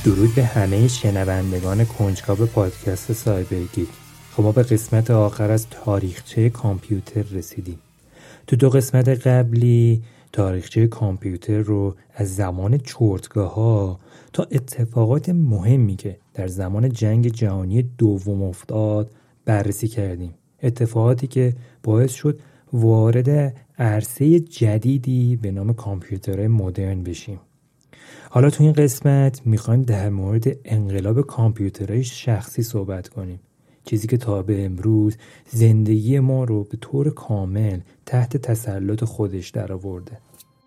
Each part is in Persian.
درود به همه شنوندگان کنجکاو پادکست سایبرگیک. خب ما به قسمت آخر از تاریخچه کامپیوتر رسیدیم. تو 2 قسمت قبلی تاریخچه کامپیوتر رو از زمان چرتگاه‌ها تا اتفاقات مهمی که در زمان جنگ جهانی دوم افتاد بررسی کردیم. اتفاقاتی که باعث شد وارد عرصه جدیدی به نام کامپیوترهای مدرن بشیم. حالا تو این قسمت میخوایم در مورد انقلاب کامپیوترهای شخصی صحبت کنیم، چیزی که تا به امروز زندگی ما رو به طور کامل تحت تسلط خودش درآورده.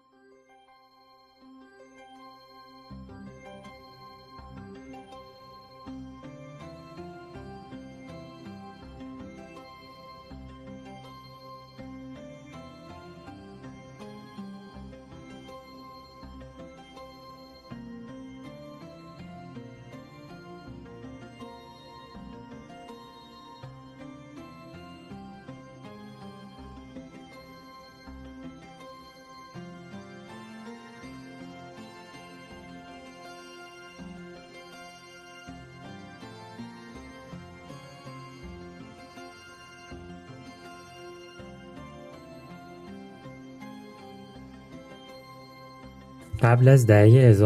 قبل از دهه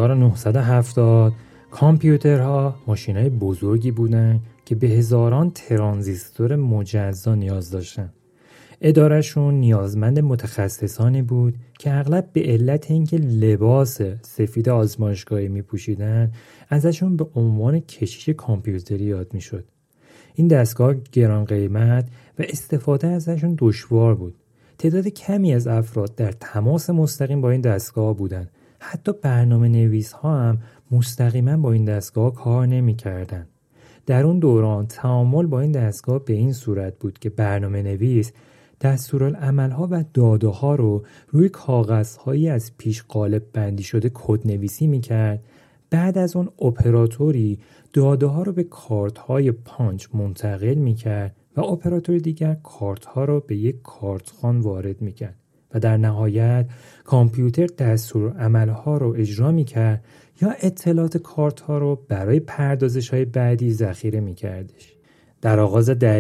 1970 کامپیوترها ماشین‌های بزرگی بودن که به هزاران ترانزیستور مجزا نیاز داشتن. ادارهشون نیازمند متخصصانی بود که اغلب به علت اینکه لباس سفید آزمایشگاهی می‌پوشیدن ازشون به عنوان کشیش کامپیوتری یاد می‌شد. این دستگاه گران قیمت و استفاده ازشون دشوار بود. تعداد کمی از افراد در تماس مستقیم با این دستگاه بودند. حتی برنامه نویس ها هم مستقیما با این دستگاه کار نمی کردن. در اون دوران تعامل با این دستگاه به این صورت بود که برنامه نویس دستورالعمل ها و داده ها رو روی کاغذ هایی از پیش قالب بندی شده کد نویسی می کرد. بعد از اون اپراتوری داده ها رو به کارت های پانچ منتقل می کرد و اپراتور دیگر کارت ها رو به یک کارتخوان وارد می کرد. و در نهایت کامپیوتر دستورالعمل‌ها رو اجرا می‌کرد یا اطلاعات کارت‌ها رو برای پردازش‌های بعدی ذخیره می‌کردش. در آغاز دهه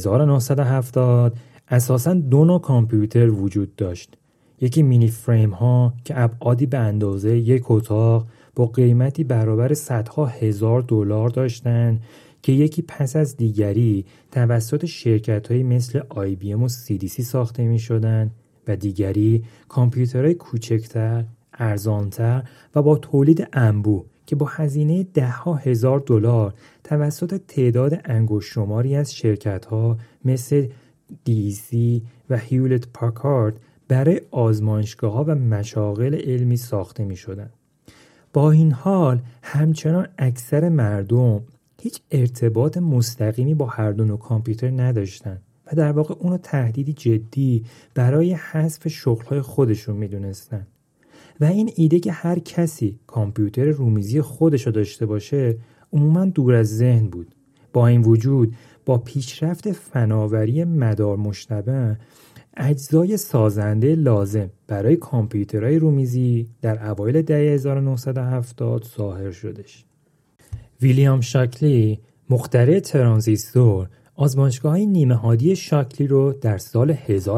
1970 اساساً 2 نوع کامپیوتر وجود داشت. یکی مینی فریم‌ها که ابعادی به اندازه یک اتاق با قیمتی برابر صدها هزار دلار داشتند که یکی پس از دیگری توسط شرکت‌هایی مثل IBM و CDC ساخته می‌شدند و دیگری کامپیوترهای کوچکتر، ارزانتر و با تولید انبوه که با هزینه ده‌ها هزار دلار توسط تعداد انگشت‌شماری از شرکت‌ها مثل DEC و هیولت پاکارد برای آزمایشگاه‌ها و مشاغل علمی ساخته می‌شدند. با این حال همچنان اکثر مردم هیچ ارتباط مستقیمی با هر دو نوع کامپیوتر نداشتند و در واقع اونو تهدیدی جدی برای حذف شغل‌های خودشون میدونستن. و این ایده که هر کسی کامپیوتر رومیزی خودشو داشته باشه عموماً دور از ذهن بود. با این وجود با پیشرفت فناوری مدار مشتبه اجزای سازنده لازم برای کامپیوترهای رومیزی در اوایل دهه 1970 ظاهر شدش. ویلیام شاکلی مخترع ترانزیستور آزمایشگاه‌های نیمه‌هادی شاکلی رو در سال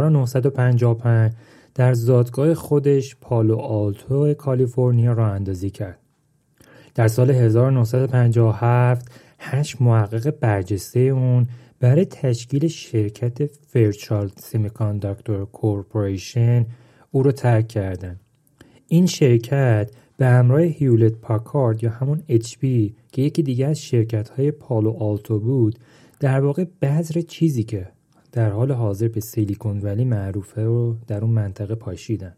1955 در زادگاه خودش پالو آلتو کالیفرنیا راه اندازی کرد. در سال 1957 8 محقق برجسته اون برای تشکیل شرکت فیرچالد سمیکانداکتور کورپوریشن او رو ترک کردند. این شرکت به همراه هیولت پاکارد یا همون HP که یکی دیگه از شرکت‌های پالو آلتو بود در واقع بذر چیزی که در حال حاضر به سیلیکون ولی معروفه رو در اون منطقه پاشیدن.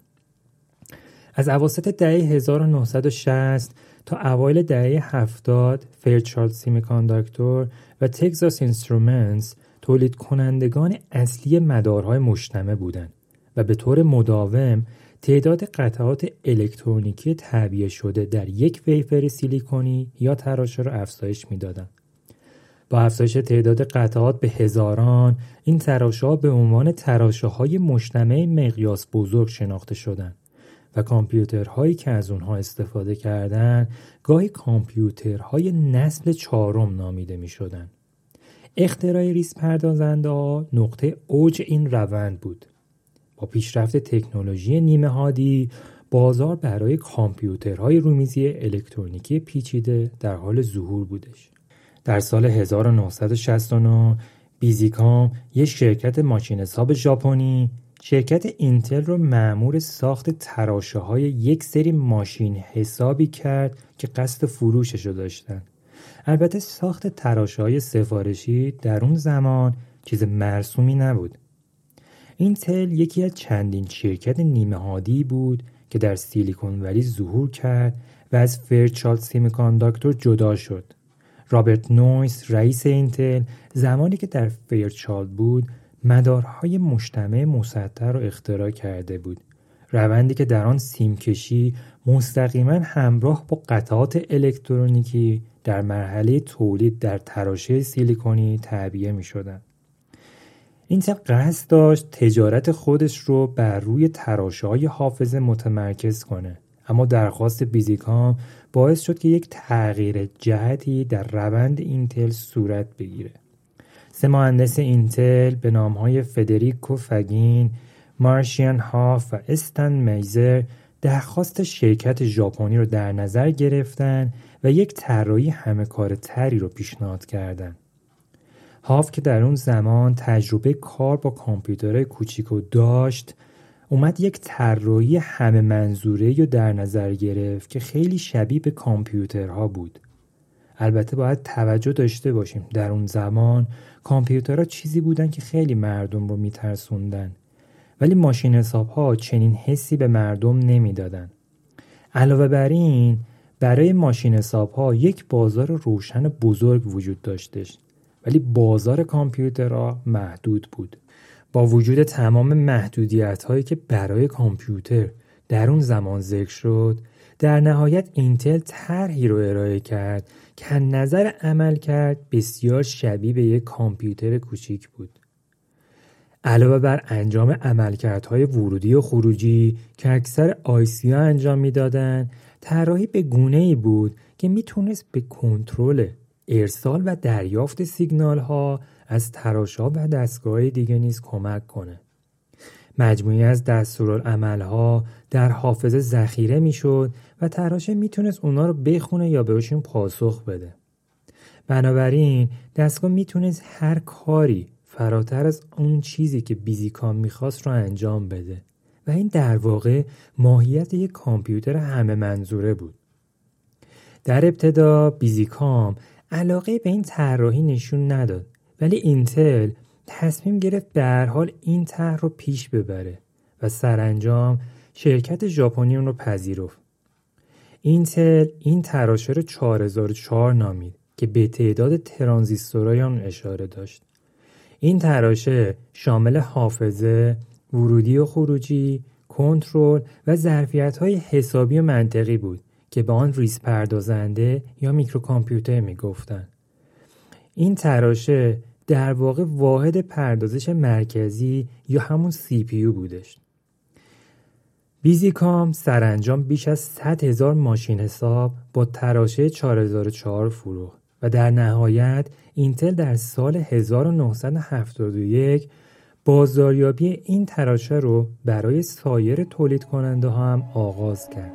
از اواسط دهه 1960 تا اوایل دهه 70 فیرچالد سمیکانداکتور و تگزاس اینسترومنتس تولید کنندگان اصلی مدارهای مشتمه بودند و به طور مداوم تعداد قطعات الکترونیکی تعبیه شده در یک ویفر سیلیکونی یا تراشه را افزایش می‌دادند. با افزایش تعداد قطعات به هزاران، این تراشه‌ها به عنوان تراشه‌های مجتمع مقیاس بزرگ شناخته شدند و کامپیوترهایی که از اونها استفاده کردن گاهی کامپیوترهای نسل 4 نامیده می شدن. اختراع ریز پردازنده ها نقطه اوج این روند بود. با پیشرفت تکنولوژی نیمه هادی بازار برای کامپیوترهای رومیزی الکترونیکی پیچیده در حال ظهور بودش. در سال 1969 بیزیکام، یک شرکت ماشین حساب ژاپنی، شرکت اینتل رو مأمور ساخت تراشه‌های یک سری ماشین حسابی کرد که قصد فروشش رو داشتن. البته ساخت تراشه‌های سفارشی در اون زمان چیز مرسومی نبود. اینتل یکی از چندین شرکت نیمه هادی بود که در سیلیکون ولی ظهور کرد و از فیرچالد سیمیکانداکتور جدا شد. رابرت نویس رئیس اینتل زمانی که در فیرچالد بود مدارهای مجتمع مسطح را اختراع کرده بود. روندی که در آن سیمکشی مستقیما همراه با قطعات الکترونیکی در مرحله تولید در تراشه سیلیکونی تعبیه می شدن. اینتل قصد داشت تجارت خودش رو بر روی تراشه‌های حافظه متمرکز کنه، اما درخواست بیزیکام باعث شد که یک تغییر جهتی در روند اینتل صورت بگیره. 3 مهندس اینتل به نام‌های فدریکو فگین، مارشین هاف و استن میزر درخواست شرکت ژاپنی رو در نظر گرفتن و یک طراحی همه کاره تری رو پیشنهاد کردند. هاف که در اون زمان تجربه کار با کامپیوترهای کوچیکو داشت، اومد یک طراحی همه منظوره‌ای رو در نظر گرفت که خیلی شبیه به کامپیوترها بود. البته باید توجه داشته باشیم در اون زمان کامپیوترها چیزی بودن که خیلی مردم رو میترسوندن، ولی ماشین حساب‌ها چنین حسی به مردم نمیدادن. علاوه بر این برای ماشین حساب‌ها یک بازار روشن بزرگ وجود داشتش، ولی بازار کامپیوترها محدود بود. با وجود تمام محدودیت‌هایی که برای کامپیوتر در اون زمان ذکر شد، در نهایت اینتل طرحی رو ارائه کرد که از نظر عمل کرد بسیار شبیه به یک کامپیوتر کوچیک بود. علاوه بر انجام عملکردهای ورودی و خروجی که اکثر آیسی‌ها انجام میدادن، طراحی به گونه‌ای بود که میتونست به کنترل ارسال و دریافت سیگنال‌ها از تراشه‌ها و دستگاه‌های دیگه نیز کمک کنه. مجموعی از دستورالعمل‌ها در حافظه ذخیره میشد و تراشه میتونست اونا رو بخونه یا بهشون پاسخ بده. بنابراین دستگاه میتونست هر کاری فراتر از اون چیزی که بیزیکام میخواست رو انجام بده و این در واقع ماهیت یک کامپیوتر همه منظوره بود. در ابتدا بیزیکام علاقه به این طراحی نشون نداد، ولی اینتل تصمیم گرفت به هر حال این طرح رو پیش ببره و سرانجام شرکت ژاپنی اون رو پذیرفت. اینتل این تراشه رو 4004 نامید که به تعداد ترانزیستورهای آن اشاره داشت. این تراشه شامل حافظه، ورودی و خروجی، کنترل و ظرفیت‌های حسابی و منطقی بود که به آن ریز پردازنده یا میکروکامپیوتر میگفتند. این تراشه در واقع واحد پردازش مرکزی یا همون CPU بودش. بیزیکام سرانجام بیش از 100,000 ماشین حساب با تراشه 4004 فروخت و در نهایت اینتل در سال 1971 بازاریابی این تراشه رو برای سایر تولید کننده هم آغاز کرد.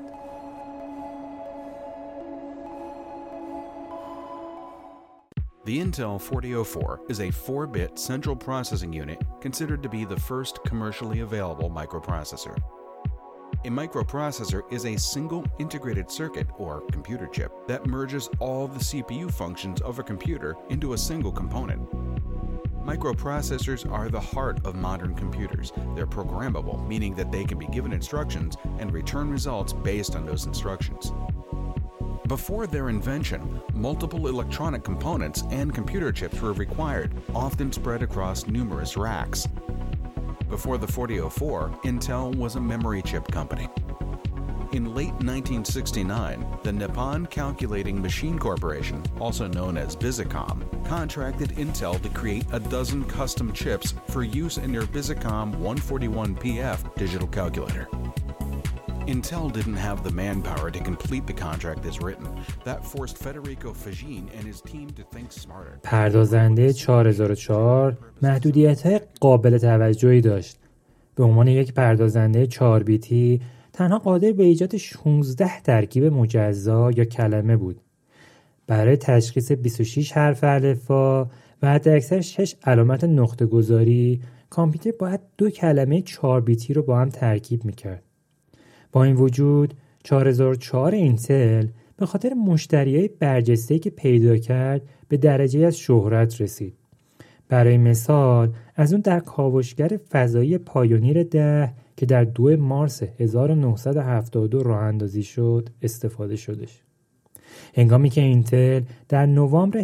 The Intel 4004 is a 4-bit central processing unit considered to be the first commercially available microprocessor. A microprocessor is a single integrated circuit or computer chip that merges all the CPU functions of a computer into a single component. Microprocessors are the heart of modern computers. They're programmable, meaning that they can be given instructions and return results based on those instructions. Before their invention, multiple electronic components and computer chips were required, often spread across numerous racks. Before the 4004, Intel was a memory chip company. In late 1969, the Nippon Calculating Machine Corporation, also known as Visicom, contracted Intel to create a dozen custom chips for use in their Visicom 141PF digital calculator. Intel didn't have the manpower to complete the contract as written. That forced Federico Faggin and his team to think smarter. پردازنده 4004 محدودیت‌های قابل توجهی داشت. به عنوان یک پردازنده 4 بیتی تنها قادر به ایجاد 16 ترکیب مجزا یا کلمه بود. برای تشخیص 26 حرف الفبا و حداکثر 6 علامت نقطه گذاری، کامپیوتر باید 2 کلمه 4 بیتی رو با هم ترکیب میکرد. با این وجود 4004 اینتل به خاطر مشتریای برجسته‌ای که پیدا کرد به درجه از شهرت رسید. برای مثال از اون در کاوشگر فضایی پایونیر 10 که در 2 مارس 1972 راه اندازی شد استفاده شدش. هنگامی که اینتل در نوامبر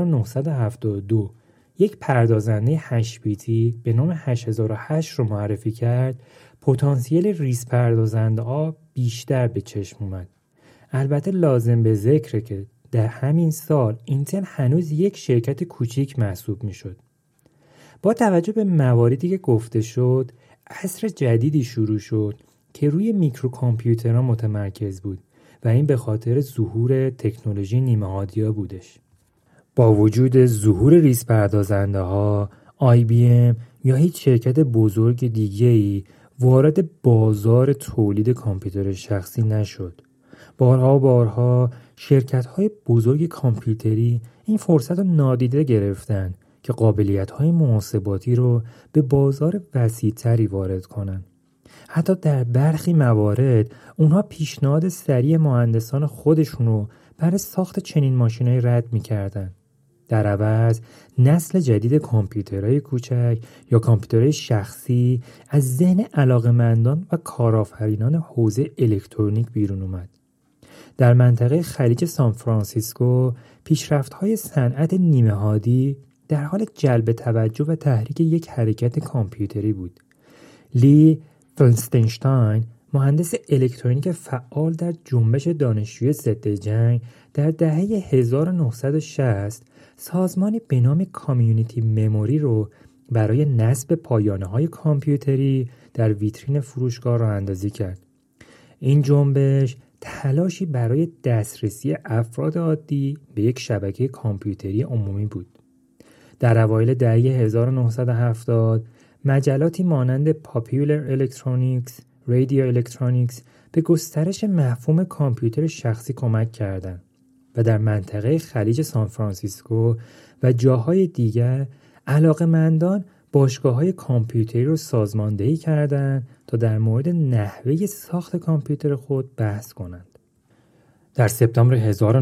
1972 یک پردازنده 8 بیتی به نام 8008 رو معرفی کرد، پتانسیل ریز پردازنده ها بیشتر به چشم اومد. البته لازم به ذکره که در همین سال اینتل هنوز یک شرکت کوچیک محسوب می شد. با توجه به مواردی که گفته شد، عصر جدیدی شروع شد که روی میکروکامپیوترها متمرکز بود و این به خاطر ظهور تکنولوژی نیمه‌هادی‌ها بودش. با وجود ظهور ریز پردازنده ها، IBM یا هیچ شرکت بزرگ دیگه‌ای وارد بازار تولید کامپیوتر شخصی نشد. بارها شرکت‌های بزرگ کامپیوتری این فرصت رو نادیده گرفتن که قابلیت‌های محاسباتی رو به بازار وسیع‌تری وارد کنن. حتی در برخی موارد اونها پیشنهاد سریع مهندسان خودشون رو برای ساخت چنین ماشین‌های رد می‌کردن. در عوض نسل جدید کامپیوترهای کوچک یا کامپیوترهای شخصی از ذهن علاقه‌مندان و کارآفرینان حوزه الکترونیک بیرون اومد. در منطقه خلیج سانفرانسیسکو پیشرفت‌های صنعت نیمه‌هادی در حال جلب توجه و تحریک یک حرکت کامپیوتری بود. لی فلستنشتاین، مهندس الکترونیک فعال در جنبش دانشجوی ضد جنگ، در دهه 1960 سازمانی به نام کامیونیتی مموری رو برای نصب پایانه‌های کامپیوتری در ویترین فروشگاه راه اندازی کرد. این جنبش تلاشی برای دسترسی افراد عادی به یک شبکه کامپیوتری عمومی بود. در اوایل دهه 1970 مجلاتی مانند پاپیولر الکترونیکس، رادیو الکترونیکس به گسترش مفهوم کامپیوتر شخصی کمک کردند و در منطقه خلیج سانفرانسیسکو و جاهای دیگر علاقه‌مندان باشگاه‌های کامپیوتری رو سازماندهی کردند تا در مورد نحوه ساخت کامپیوتر خود بحث کنند. در سپتامبر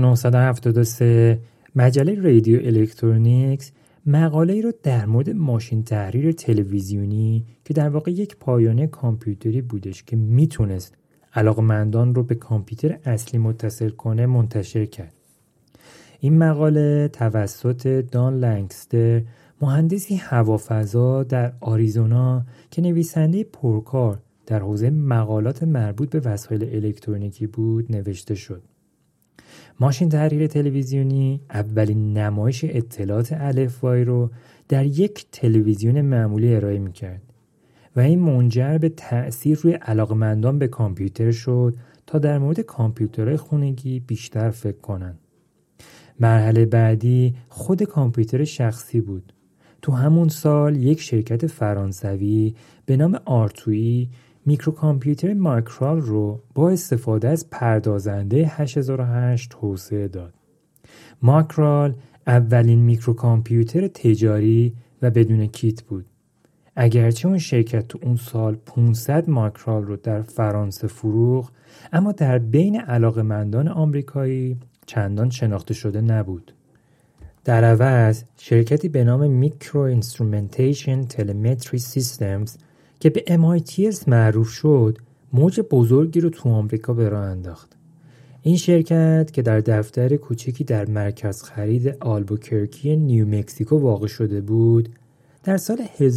1973 مجله رادیو الکترونیکس مقاله‌ای رو در مورد ماشین تحریر تلویزیونی که در واقع یک پایانه کامپیوتری بودش که میتونست علاقه‌مندان رو به کامپیوتر اصلی متصل کنه منتشر کرد. این مقاله توسط دان لنگستر، مهندسی هوافضا در آریزونا که نویسنده پرکار در حوزه مقالات مربوط به وسایل الکترونیکی بود نوشته شد. ماشین تحریر تلویزیونی اولین نمایش اطلاعات الفبایی رو در یک تلویزیون معمولی ارائه می‌کرد و این منجر به تأثیر روی علاقه‌مندان به کامپیوتر شد تا در مورد کامپیوترهای خانگی بیشتر فکر کنن. مرحله بعدی خود کامپیوتر شخصی بود. تو همون سال یک شرکت فرانسوی به نام آرتویی میکروکامپیوتر ماکرال رو با استفاده از پردازنده 8008 توسعه داد. ماکرال اولین میکروکامپیوتر تجاری و بدون کیت بود. اگرچه اون شرکت تو اون سال 500 ماکرال رو در فرانسه فروخت، اما در بین علاقه‌مندان آمریکایی چندان شناخته شده نبود. در عوض شرکتی به نام میکرو اینسترومنتیشن تلمتری سیستمز که به MITS معروف شد موج بزرگی رو تو آمریکا به راه انداخت. این شرکت که در دفتر کوچکی در مرکز خرید آلبوکرکی نیو مکزیکو واقع شده بود، در سال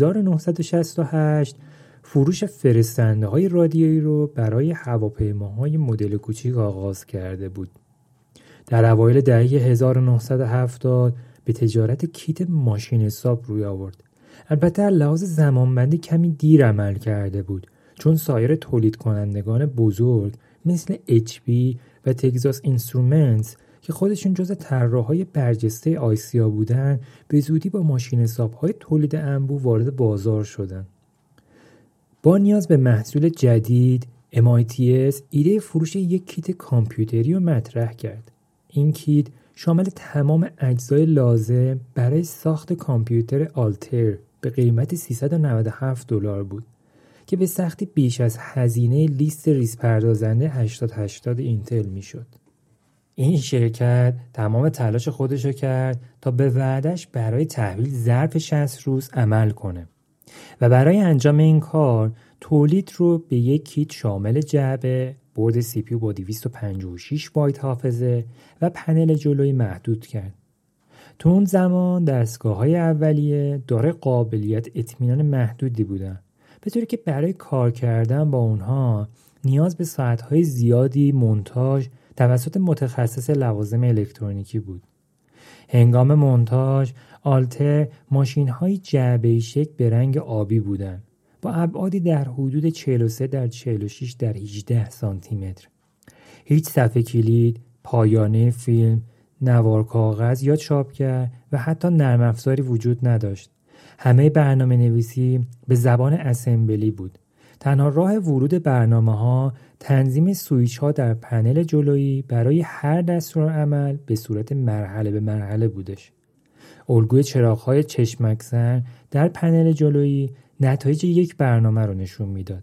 1968 فروش فرستنده‌های رادیویی رو برای هواپیماهای مدل کوچیک آغاز کرده بود. در اوایل دهه 1970 به تجارت کیت ماشین حساب روی آورد. البته لحاظ زمانبندی کمی دیر عمل کرده بود، چون سایر تولید کنندگان بزرگ مثل HP و تگزاس اینسترومنتس که خودشون جز طراحای برجسته آسیا بودن به زودی با ماشین حساب‌های تولید انبوه وارد بازار شدن. با نیاز به محصول جدید MITS ایده فروش یک کیت کامپیوتری رو مطرح کرد. این کیت شامل تمام اجزای لازم برای ساخت کامپیوتر آلتر به قیمت $397 بود که به سختی بیش از هزینه لیست ریز پردازنده 8080 اینتل میشد. این شرکت تمام تلاش خودشو کرد تا به وعدش برای تحویل ظرف 60 روز عمل کنه و برای انجام این کار تولید رو به یک کیت شامل جعبه، بورد CPU با 256 بایت حافظه و پنل جلویی محدود کرد. تو اون زمان دستگاه‌های اولیه دارای قابلیت اطمینان محدودی بودن، به طوری که برای کار کردن با اونها نیاز به ساعت‌های زیادی مونتاژ توسط متخصص لوازم الکترونیکی بود. هنگام مونتاژ آلتر ماشین‌های جعبه‌ای شکل به رنگ آبی بودند با ابعادی در حدود 43 در 46 در 18 سانتی متر. هیچ صفحه کلید، پایانه فیلم، نوار کاغذ یا چاپگر و حتی نرم افزاری وجود نداشت. همه برنامه نویسی به زبان اسمبلی بود. تنها راه ورود برنامه‌ها تنظیم سویچ‌ها در پنل جلویی برای هر دستورالعمل به صورت مرحله به مرحله بودش. الگوی چراغ‌های چشمک‌زن در پنل جلویی نتایج یک برنامه رو نشون میداد.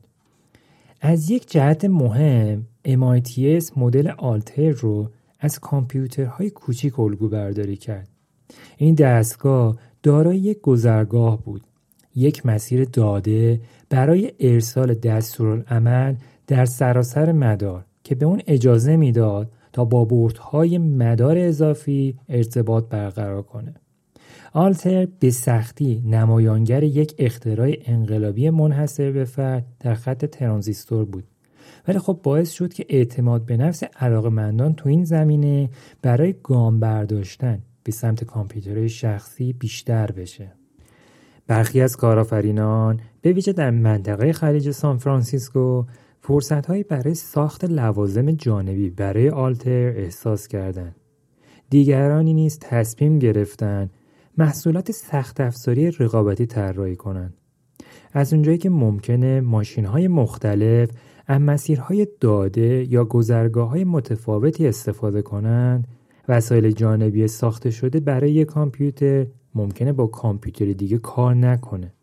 از یک جهت مهم MITS مدل آلتر رو از کامپیوترهای کوچیک الگو برداری کرد. این دستگاه دارای یک گذرگاه بود، یک مسیر داده برای ارسال دستورالعمل در سراسر مدار که به اون اجازه میداد تا با بردهای مدار اضافی ارتباط برقرار کنه. آلتر به سختی نمایانگر یک اختراع انقلابی منحصر به فرد در خط ترانزیستور بود، ولی خب باعث شد که اعتماد به نفس علاقه‌مندان تو این زمینه برای گام برداشتن به سمت کامپیوترهای شخصی بیشتر بشه. برخی از کارآفرینان به ویژه در منطقه خلیج سان فرانسیسکو فرصت‌هایی برای ساخت لوازم جانبی برای آلتر احساس کردند. دیگرانی نیز تصمیم گرفتند محصولات سخت افزاری رقابتی طراحی کنند. از اونجایی که ممکنه ماشین‌های مختلف از مسیرهای داده یا گذرگاه‌های متفاوتی استفاده کنند، وسایل جانبی ساخته شده برای یک کامپیوتر ممکنه با کامپیوتر دیگه کار نکنه.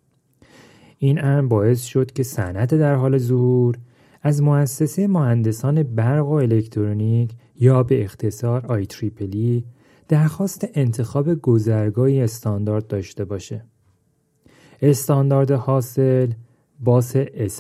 این امر باعث شد که صنعت در حال ظهور از مؤسسه مهندسان برق و الکترونیک یا به اختصار IEEE درخواست انتخاب گذرگاهی استاندارد داشته باشه. استاندارد حاصل باس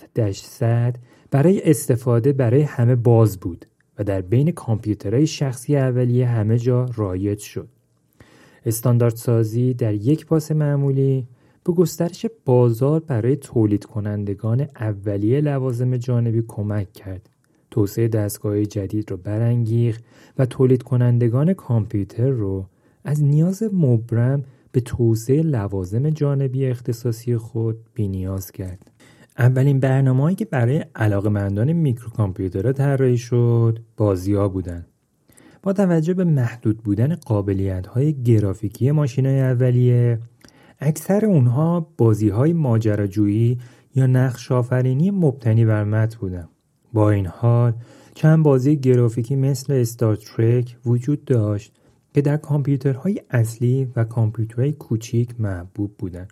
S-100 برای استفاده برای همه باز بود و در بین کامپیوترهای شخصی اولیه همه جا رایج شد. استانداردسازی در یک پاس معمولی به گسترش بازار برای تولید کنندگان اولیه لوازم جانبی کمک کرد. توسعه دستگاه‌های جدید رو برانگیخت و تولید کنندگان کامپیوتر رو از نیاز مبرم به توسعه لوازم جانبی اختصاصی خود بی‌نیاز کرد. اولین برنامه‌هایی که برای علاقه‌مندان میکروکامپیوترها طراحی شد، بازی‌ها بودند. با توجه به محدود بودن قابلیت‌های گرافیکی ماشین‌های اولیه، اکثر اونها بازی‌های ماجراجویی یا نقش‌آفرینی مبتنی بر متن بودند. با این حال چند بازی گرافیکی مثل استار ترک وجود داشت که در کامپیوترهای اصلی و کامپیوترهای کوچیک محبوب بودند.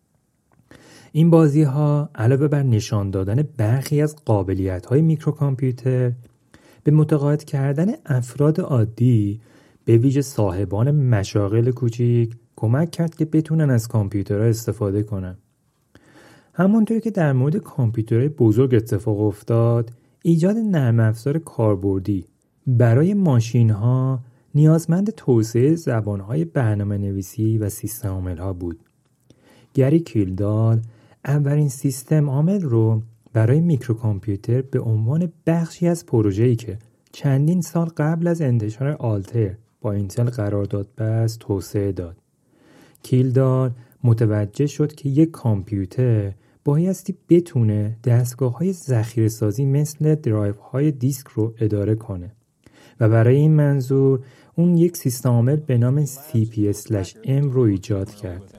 این بازی‌ها علاوه بر نشان دادن برخی از قابلیت‌های میکروکامپیوتر، به متقاعد کردن افراد عادی به ویژه صاحبان مشاغل کوچیک کمک کرد که بتونن از کامپیوترها استفاده کنن. همونطور که در مورد کامپیوترهای بزرگ اتفاق افتاد، ایجاد نرم افزار کاربردی برای ماشین‌ها نیازمند توسعه زبان‌های برنامه‌نویسی و سیستم عامل‌ها بود. گری کیلدال اولین سیستم عامل رو برای میکروکامپیوتر به عنوان بخشی از پروژه‌ای که چندین سال قبل از انتشار آلتر با اینتل قرارداد بست توسعه داد. کیلدال متوجه شد که یک کامپیوتر بایستی بتونه دستگاه‌های ذخیره‌سازی مثل درایوهای دیسک رو اداره کنه و برای این منظور اون یک سیستم عامل به نام CP/M رو ایجاد کرد.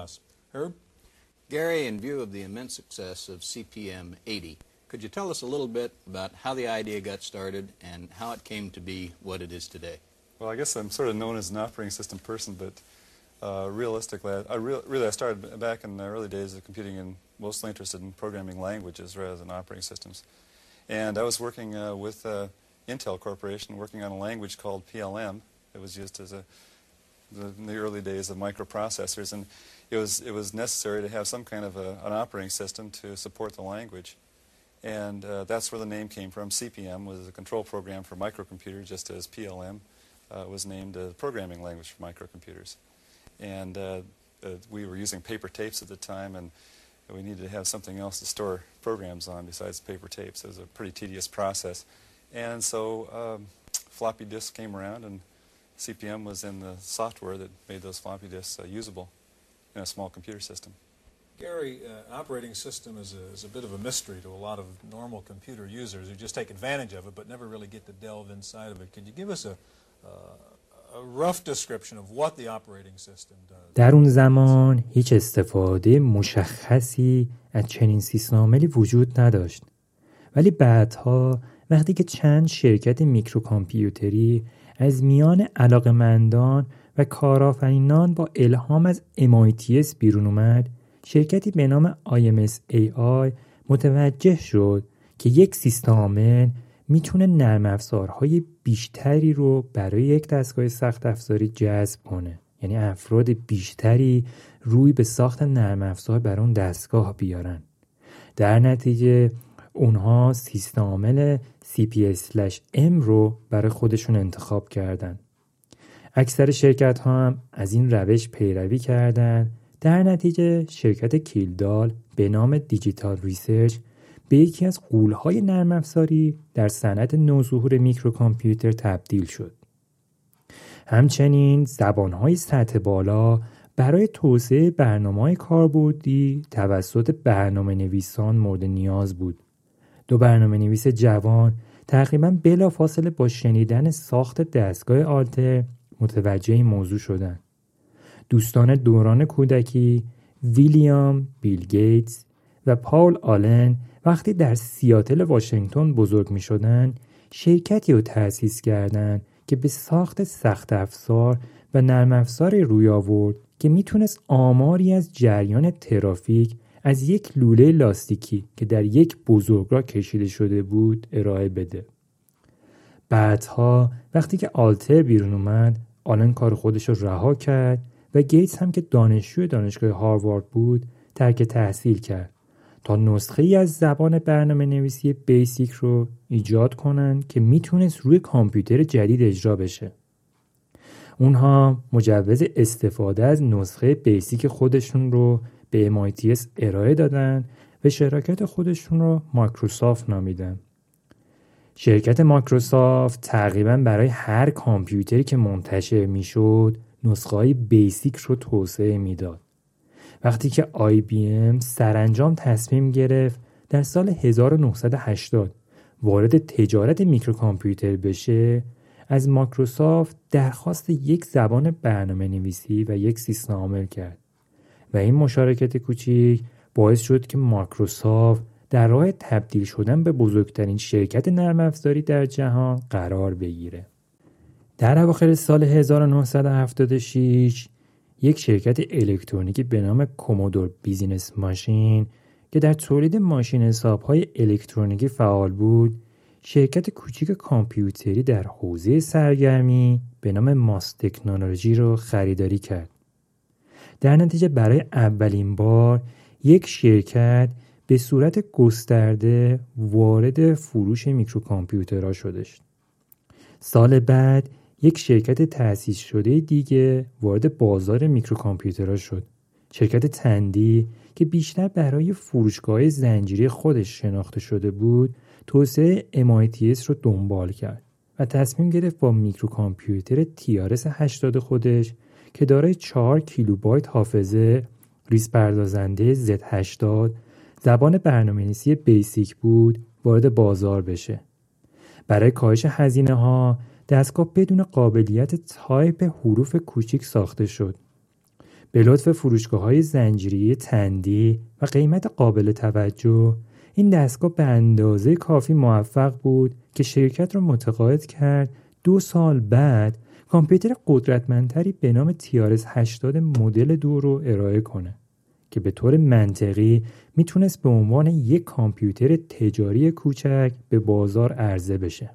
Gary, in view of the immense success of CPM-80, could you tell us a little bit about how the idea got started and how it came to be what it is today? Well, I guess I'm sort of known as an operating system person, but realistically, I started back in the early days of computing and mostly interested in programming languages rather than operating systems. And I was working with Intel Corporation, working on a language called PLM. It was used as in the early days of microprocessors, and it was necessary to have some kind of an operating system to support the language. And that's where the name came from. CPM was a control program for microcomputers, just as PLM was named a programming language for microcomputers. And we were using paper tapes at the time, and we needed to have something else to store programs on besides paper tapes. It was a pretty tedious process. And so floppy disks came around, and CPM was in the software that made those floppy disks usable in a small computer system. Gary, operating system is a bit of a mystery to a lot of normal computer users who just take advantage of it but never really get to delve inside of it. Could you give us a rough description of what the operating system does? در اون زمان هیچ استفاده مشخصی از چنین سیستم عاملی وجود نداشت. ولی بعدها وقتی که چند شرکت میکروکامپیوتری از میان علاقه‌مندان و کارآفرینان با الهام از MITS بیرون اومد، شرکتی به نام IMSAI متوجه شد که یک سیستم عامل میتونه نرم افزارهای بیشتری رو برای یک دستگاه سخت افزاری جذب کنه. یعنی افراد بیشتری روی به ساخت نرم افزار برای اون دستگاه بیارن. در نتیجه اونها سیستم عامل CP/M رو برای خودشون انتخاب کردن. اکثر شرکت ها هم از این روش پیروی کردن. در نتیجه شرکت کیلدال به نام دیجیتال ریسرچ به یکی از غول‌های نرم افزاری در صنعت نوظهور میکروکامپیوتر تبدیل شد. همچنین زبان‌های سطح بالا برای توسعه برنامه‌های کاربردی توسط برنامه‌نویسان مورد نیاز بود. دو برنامه‌نویس جوان تقریباً بلافاصله با شنیدن ساخت دستگاه آلتر متوجه این موضوع شدند. دوستان دوران کودکی ویلیام بیل گیتس و پاول آلن وقتی در سیاتل واشنگتن بزرگ می شدن شرکتی رو تأسیس کردند که به ساخت سخت افزار و نرم افزار روی آورد که میتونست آماری از جریان ترافیک از یک لوله لاستیکی که در یک بزرگراه کشیده شده بود ارائه بده. بعدها وقتی که آلتر بیرون اومد آلن کار خودش رو رها کرد و گیتس هم که دانشجوی دانشگاه هاروارد بود ترک تحصیل کرد تا نسخه ای از زبان برنامه نویسی بیسیک رو ایجاد کنن که میتونست روی کامپیوتر جدید اجرا بشه. اونها مجوز استفاده از نسخه بیسیک خودشون رو به MITS ارائه دادن و شراکت خودشون رو مایکروسافت نامیدن. شرکت مایکروسافت تقریباً برای هر کامپیوتری که منتشر میشد نسخه‌های بیسیک رو توسعه میداد. وقتی که IBM سرانجام تصمیم گرفت در سال 1980 وارد تجارت میکروکامپیوتر بشه، از مایکروسافت درخواست یک زبان برنامه نویسی و یک سیستم عامل کرد و این مشارکت کوچیک باعث شد که مایکروسافت در راه تبدیل شدن به بزرگترین شرکت نرم افزاری در جهان قرار بگیره. در اواخر سال 1976 یک شرکت الکترونیکی به نام کومودور بیزینس ماشین که در تولید ماشین حساب‌های الکترونیکی فعال بود، شرکت کوچیک کامپیوتری در حوزه سرگرمی به نام ماس تکنولوژی رو خریداری کرد. در نتیجه برای اولین بار یک شرکت به صورت گسترده وارد فروش میکروکامپیوترها شدش. سال بعد یک شرکت تأسیس شده دیگه وارد بازار میکروکامپیوترها شد. شرکت تندی که بیشتر برای فروشگاه زنجیره خودش شناخته شده بود، توسعه MITS رو دنبال کرد و تصمیم گرفت با میکروکامپیوتر TRS 80 خودش که دارای 4 کیلوبایت حافظه، ریزپردازنده Z80، زبان برنامه‌نویسی بیسیک بود وارد بازار بشه. برای کاهش هزینه‌ها دستگاه بدون قابلیت تایپ حروف کوچیک ساخته شد. به لطف فروشگاه‌های زنجیره‌ای تندی و قیمت قابل توجه، این دستگاه به اندازه کافی موفق بود که شرکت را متقاعد کرد 2 سال بعد کامپیوتر قدرتمندتری به نام TRS 80 مدل 2 رو ارائه کنه که به طور منطقی میتونست به عنوان یک کامپیوتر تجاری کوچک به بازار عرضه بشه.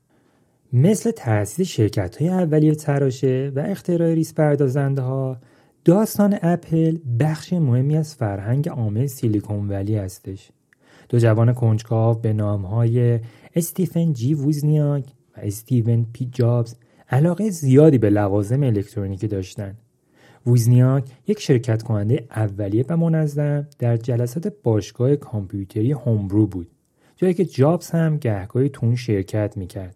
مثل تأسیس شرکت‌های اولیه تراشه و اختراع ریز پردازنده‌ها، داستان اپل بخش مهمی از فرهنگ عامه سیلیکون ولی هستش. 2 جوان کنجکاو به نام‌های استیفن جی ووزنیاک و استیون پی جابز علاقه زیادی به لوازم الکترونیکی داشتند. ووزنیاک یک شرکت کننده اولیه و منظم در جلسات باشگاه کامپیوتری هومبرو بود، جایی که جابز هم گهگاهی تو اون شرکت میکرد.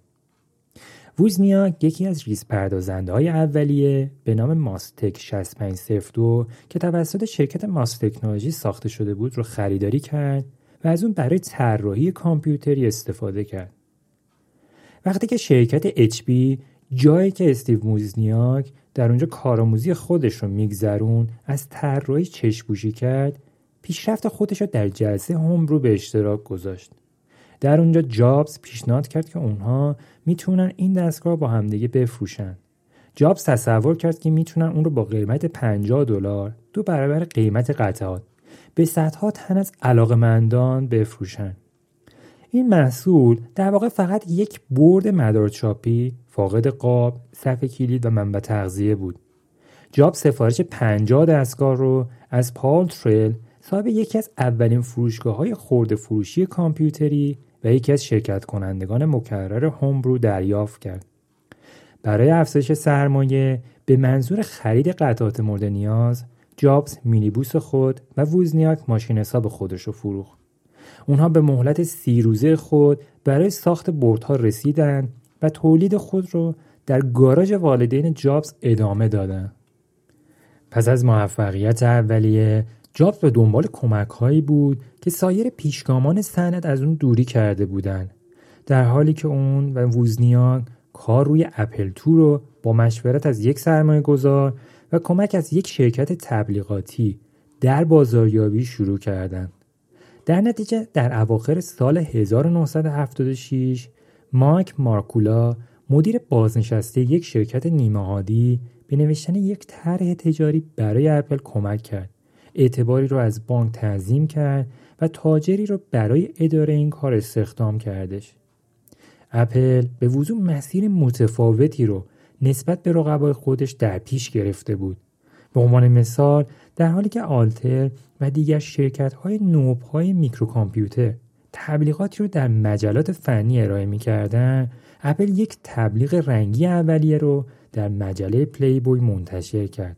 ووزنیاک یکی از ریزپردازنده‌های اولیه به نام ماستک 6502 که توسط شرکت ماست تکنولوژی ساخته شده بود رو خریداری کرد و از اون برای طراحی کامپیوتری استفاده کرد. وقتی که شرکت HP جایی که استیو ووزنیاک در اونجا کارآموزی خودش رو میگذرون از طراحی چشم‌پوشی کرد، پیشرفت خودش رو در جلسه هومبرو به اشتراک گذاشت. در اونجا جابز پیشنهاد کرد که اونها میتونن این دستگاه با همدیگه بفروشن. جابز تصور کرد که میتونن اون رو با قیمت $50 2 برابر قیمت قطعات به صدها تن از علاقه‌مندان بفروشن. این محصول در واقع فقط یک بورد مدارچاپی فاقد قاب، صف کلید و منبع تغذیه بود. جابز سفارش 50 دستگاه رو از پال تریل، صاحب یکی از اولین فروشگاه‌های خرده فروشی کامپیوتری و یکی از شرکت کنندگان مکرر هومبرو دریافت کرد. برای افزایش سرمایه به منظور خرید قطعات مورد نیاز، جابز مینیبوس خود و ووزنیاک ماشین حساب خودش رو فروخت. اونها به مهلت 30 روزه خود برای ساخت بردها رسیدن و تولید خود رو در گاراژ والدین جابز ادامه دادن. پس از موفقیت اولیه، جابز به دنبال کمک‌هایی بود که سایر پیشگامان صنعت از اون دوری کرده بودند، در حالی که اون و ووزنیاک کار روی اپل 2 رو با مشورت از یک سرمایه‌گذار و کمک از یک شرکت تبلیغاتی در بازاریابی شروع کردند. در نتیجه در اواخر سال 1976 مایک مارکولا، مدیر بازنشسته یک شرکت نیمه‌نهادی، به نوشتن یک طرح تجاری برای اپل کمک کرد. اعتباری رو از بانک تنظیم کرد و تاجری رو برای اداره این کار استخدام کردش. اپل به وضوح مسیر متفاوتی رو نسبت به رقبای خودش در پیش گرفته بود. به عنوان مثال، در حالی که آلتر و دیگر شرکت‌های نوب‌های میکروکامپیوتر تبلیغاتی رو در مجلات فنی ارائه می‌کردند، اپل یک تبلیغ رنگی اولیه رو در مجله پلی بوی منتشر کرد.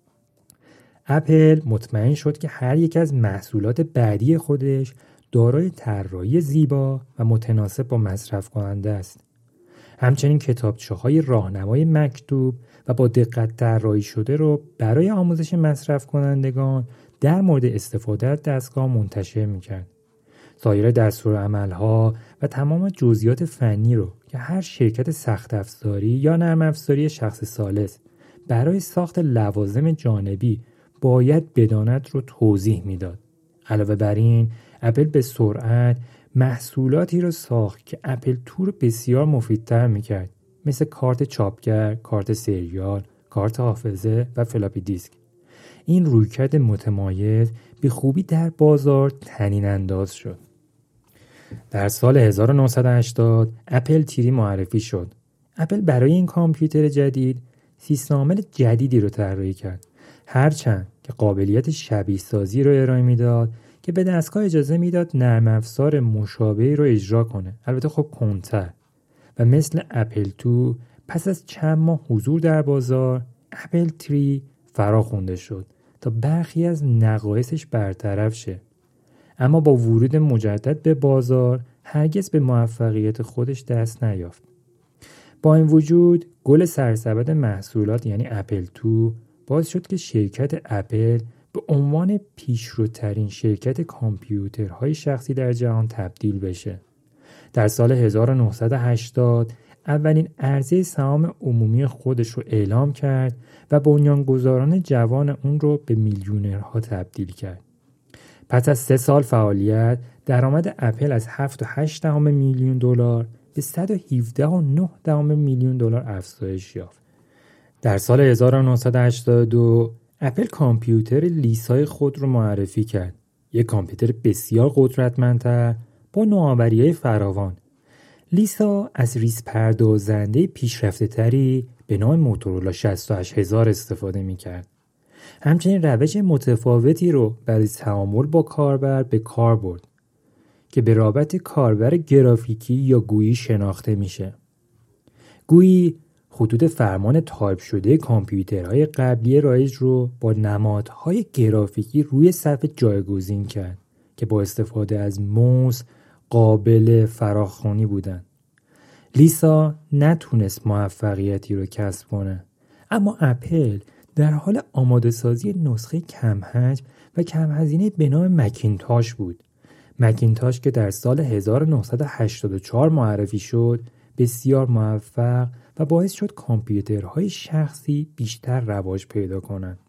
اپل مطمئن شد که هر یک از محصولات بعدی خودش دارای طراحی زیبا و متناسب با مصرف کننده است. همچنین کتابچه‌های راهنمای مکتوب و با دقت طراحی شده رو برای آموزش مصرف کنندگان در مورد استفاده از دستگاه منتشر می‌کرد. سایر دستورالعمل‌ها و تمام جزئیات فنی رو که هر شرکت سخت افزاری یا نرم افزاری شخص ثالث برای ساخت لوازم جانبی باید بداند رو توضیح میداد. علاوه بر این، اپل به سرعت محصولاتی رو ساخت که اپل 2 رو بسیار مفیدتر میکرد، مثل کارت چاپگر، کارت سریال، کارت حافظه و فلاپی دیسک. این رویکرد متمایز به خوبی در بازار طنین انداز شد. در سال 1980 اپل تری معرفی شد. اپل برای این کامپیوتر جدید سیستم عامل جدیدی رو طراحی کرد، هرچند که قابلیت شبیه سازی رو ارائه میداد که به دستگاه اجازه میداد نرم افزار مشابهی رو اجرا کنه، البته خب کندتر. و مثل اپل 2 پس از چند ماه حضور در بازار، اپل 3 فراخوانده شد تا برخی از نقایصش برطرف شه. اما با ورود مجدد به بازار هرگز به موفقیت خودش دست نیافت. با این وجود گل سرسبد محصولات یعنی اپل 2 باعث شد که شرکت اپل به عنوان پیشروترین شرکت کامپیوترهای شخصی در جهان تبدیل بشه. در سال 1980 اولین عرضه سهام عمومی خودش رو اعلام کرد و بنیانگذاران جوان اون رو به میلیونرها تبدیل کرد. پس از 3 سال فعالیت، درآمد اپل از 7.8 میلیون دلار به 117.9 میلیون دلار افزایش یافت. در سال 1982 اپل کامپیوتر لیسای خود رو معرفی کرد. یک کامپیوتر بسیار قدرتمندتر با نوآوری‌های فراوان. لیسا از ریز پردازنده پیشرفته تری به نام موتورولا 68000 استفاده می‌کرد. همچنین روش متفاوتی رو برای تعامل با کاربر به کار برد که به رابط کاربر گرافیکی یا گویی شناخته میشه. گویی خطوط فرمان تایپ شده کامپیوترهای قبلی رایج رو با نمادهای گرافیکی روی صفحه جایگزین کرد که با استفاده از موس قابل فراخوانی بودن. لیسا نتونست موفقیتی رو کسب کنه، اما اپل در حال آماده سازی نسخه کم حجم و کم هزینه به نام مکینتاش بود. مکینتاش که در سال 1984 معرفی شد، بسیار موفق و باعث شد کامپیوترهای شخصی بیشتر رواج پیدا کنند.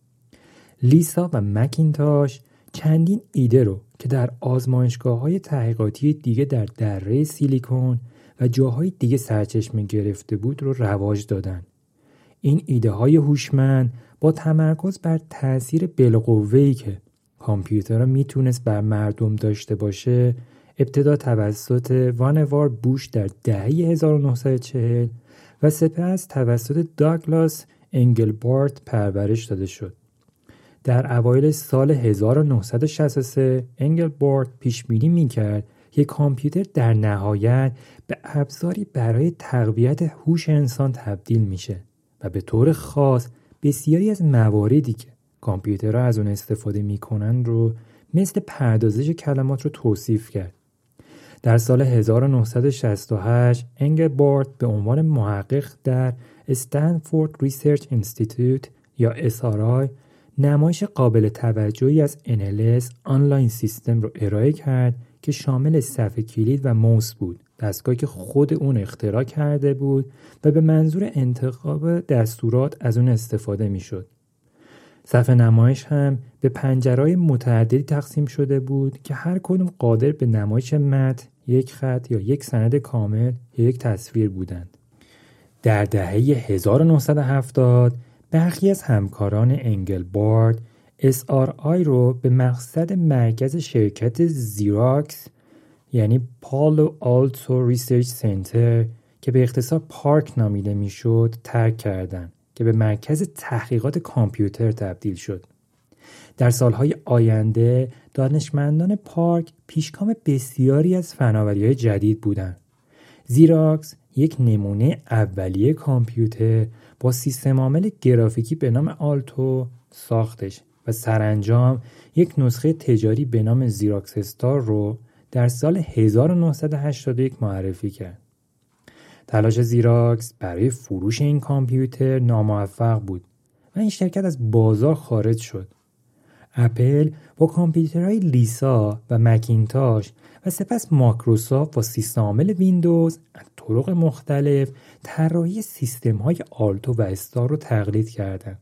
لیسا و مکینتاش چندین ایده رو که در آزمایشگاه‌های تحقیقاتی دیگه در دره سیلیکون و جاهای دیگه سرچشمه گرفته بود رو رواج دادن. این ایده‌های هوشمند با تمرکز بر تأثیر بالقوه‌ای که کامپیوترها میتونست بر مردم داشته باشه، ابتدا توسط وانوار بوش در دهه 1940 و سپس توسط داگلاس انگلبارت پرورش داده شد. در اوایل سال 1963 انگلبارت پیش‌بینی می‌کرد که کامپیوتر در نهایت به ابزاری برای تقویت هوش انسان تبدیل میشه و به طور خاص بسیاری از مواردی که کامپیوترها از اون استفاده میکنن رو مثل پردازش کلمات رو توصیف کرد. در سال 1968 انگلبارت به عنوان محقق در استنفورد ریسرچ اینستیتوت یا SRI نمایش قابل توجهی از NLS آنلاین سیستم رو ارائه کرد که شامل صفحه کلید و موس بود، دستگاهی که خود اون اختراع کرده بود و به منظور انتخاب دستورات از اون استفاده می شد. صفحه نمایش هم به پنجره‌های متعددی تقسیم شده بود که هر کدوم قادر به نمایش متن، یک خط یا یک سند کامل یا یک تصویر بودند. در دهه 1970 برخی از همکاران انگلبارت SRI رو به مقصد مرکز شرکت زیراکس یعنی پالو آلتو ریسرچ سنتر که به اختصار پارک نامیده میشد ترک کردند که به مرکز تحقیقات کامپیوتر تبدیل شد. در سالهای آینده دانشمندان پارک پیشگام بسیاری از فناوری‌های جدید بودند. زیراکس یک نمونه اولیه کامپیوتر با سیستم عامل گرافیکی به نام آلتو ساختش و سرانجام یک نسخه تجاری به نام زیراکس استار رو در سال 1981 معرفی کرد. تلاش زیراکس برای فروش این کامپیوتر ناموفق بود و این شرکت از بازار خارج شد. اپل با کامپیوترهای لیسا و مکینتاش و سپس مایکروسافت با سیستم عامل ویندوز از طرق مختلف طراحی سیستم‌های آلتو و استار رو تقلید کردند.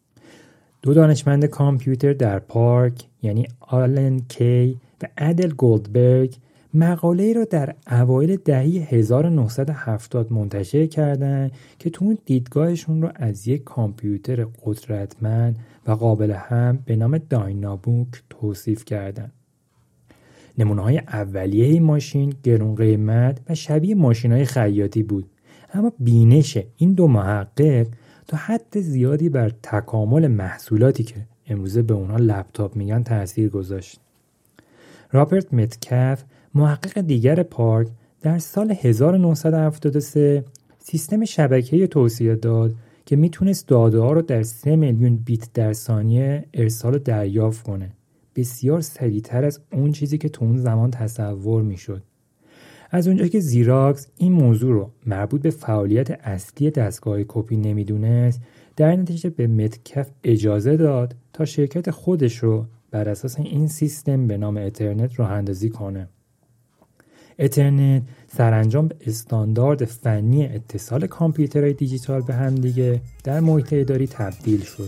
2 دانشمند کامپیوتر در پارک یعنی آلن کی و ادل گولدبرگ مقاله‌ای را در اوایل دهه 1970 منتشر کردند که تو اون دیدگاهشون رو از یک کامپیوتر قدرتمند و قابل حمل به نام دایناموک توصیف کردند. نمونه‌های اولیه این ماشین گران قیمت و شبیه ماشین‌های خیاطی بود، اما بینش این 2 محقق تا حد زیادی بر تکامل محصولاتی که امروزه به اونها لپتاپ میگن تأثیر گذاشت. رابرت متکف محقق دیگر پارک در سال 1973 سیستم شبکه‌ای توسعه داد که میتونست داده‌ها رو در 3 میلیون بیت در ثانیه ارسال و دریافت کنه، بسیار سریعتر از اون چیزی که تو اون زمان تصور میشد. از اونجایی که زیراکس این موضوع رو مربوط به فعالیت اصلی دستگاه کپی نمیدونست، در نتیجه به متکف اجازه داد تا شرکت خودش رو بر اساس این سیستم به نام اترنت راه اندازی کنه. اترنت سرانجام به استاندارد فنی اتصال کامپیوترهای دیجیتال به هم دیگه در محیط اداری تبدیل شد.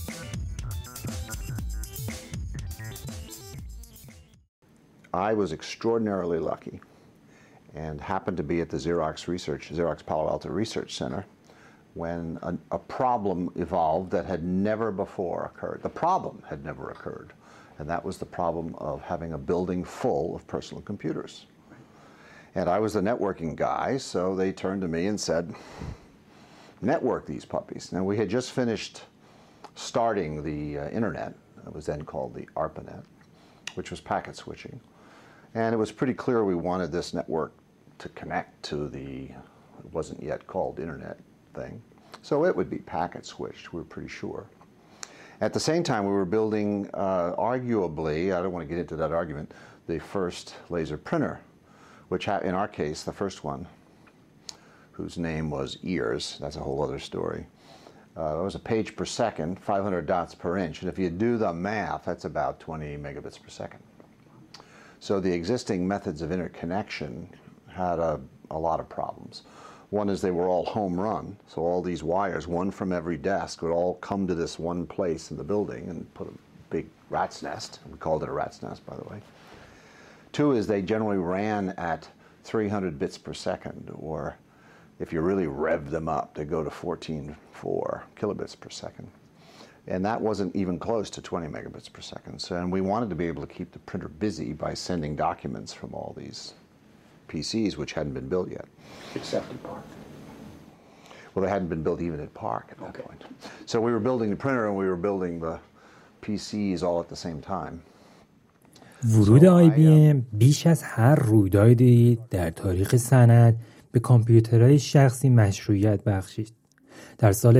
I was extraordinarily lucky and happened to be at the Xerox Palo Alto Research Center when a problem evolved that had never before occurred. The problem had never occurred, and that was the problem of having a building full of personal computers. And I was the networking guy, so they turned to me and said, network these puppies. Now, we had just finished starting the internet. It was then called the ARPANET, which was packet switching. And it was pretty clear we wanted this network to connect to it wasn't yet called internet thing. So it would be packet switched, we were pretty sure. At the same time, we were building, arguably, I don't want to get into that argument, the first laser printer, which in our case, the first one, whose name was Ears, that's a whole other story. It was a page per second, 500 dots per inch, and if you do the math, that's about 20 megabits per second. So the existing methods of interconnection had a lot of problems. One is they were all home run, so all these wires, one from every desk, would all come to this one place in the building and put a big rat's nest. We called it a rat's nest, by the way. Two is they generally ran at 300 bits per second, or if you really revved them up, they go to 14.4 kilobits per second. And that wasn't even close to 20 megabits per second. So, and we wanted to be able to keep the printer busy by sending documents from all these PCs, which hadn't been built yet. Except in Park. Well, they hadn't been built even at Park at that point. So we were building the printer and we were building the PCs all at the same time. ورود IBM بیش از هر رویدادی در تاریخ صنعت به کامپیوترهای شخصی مشروعیت بخشید. در سال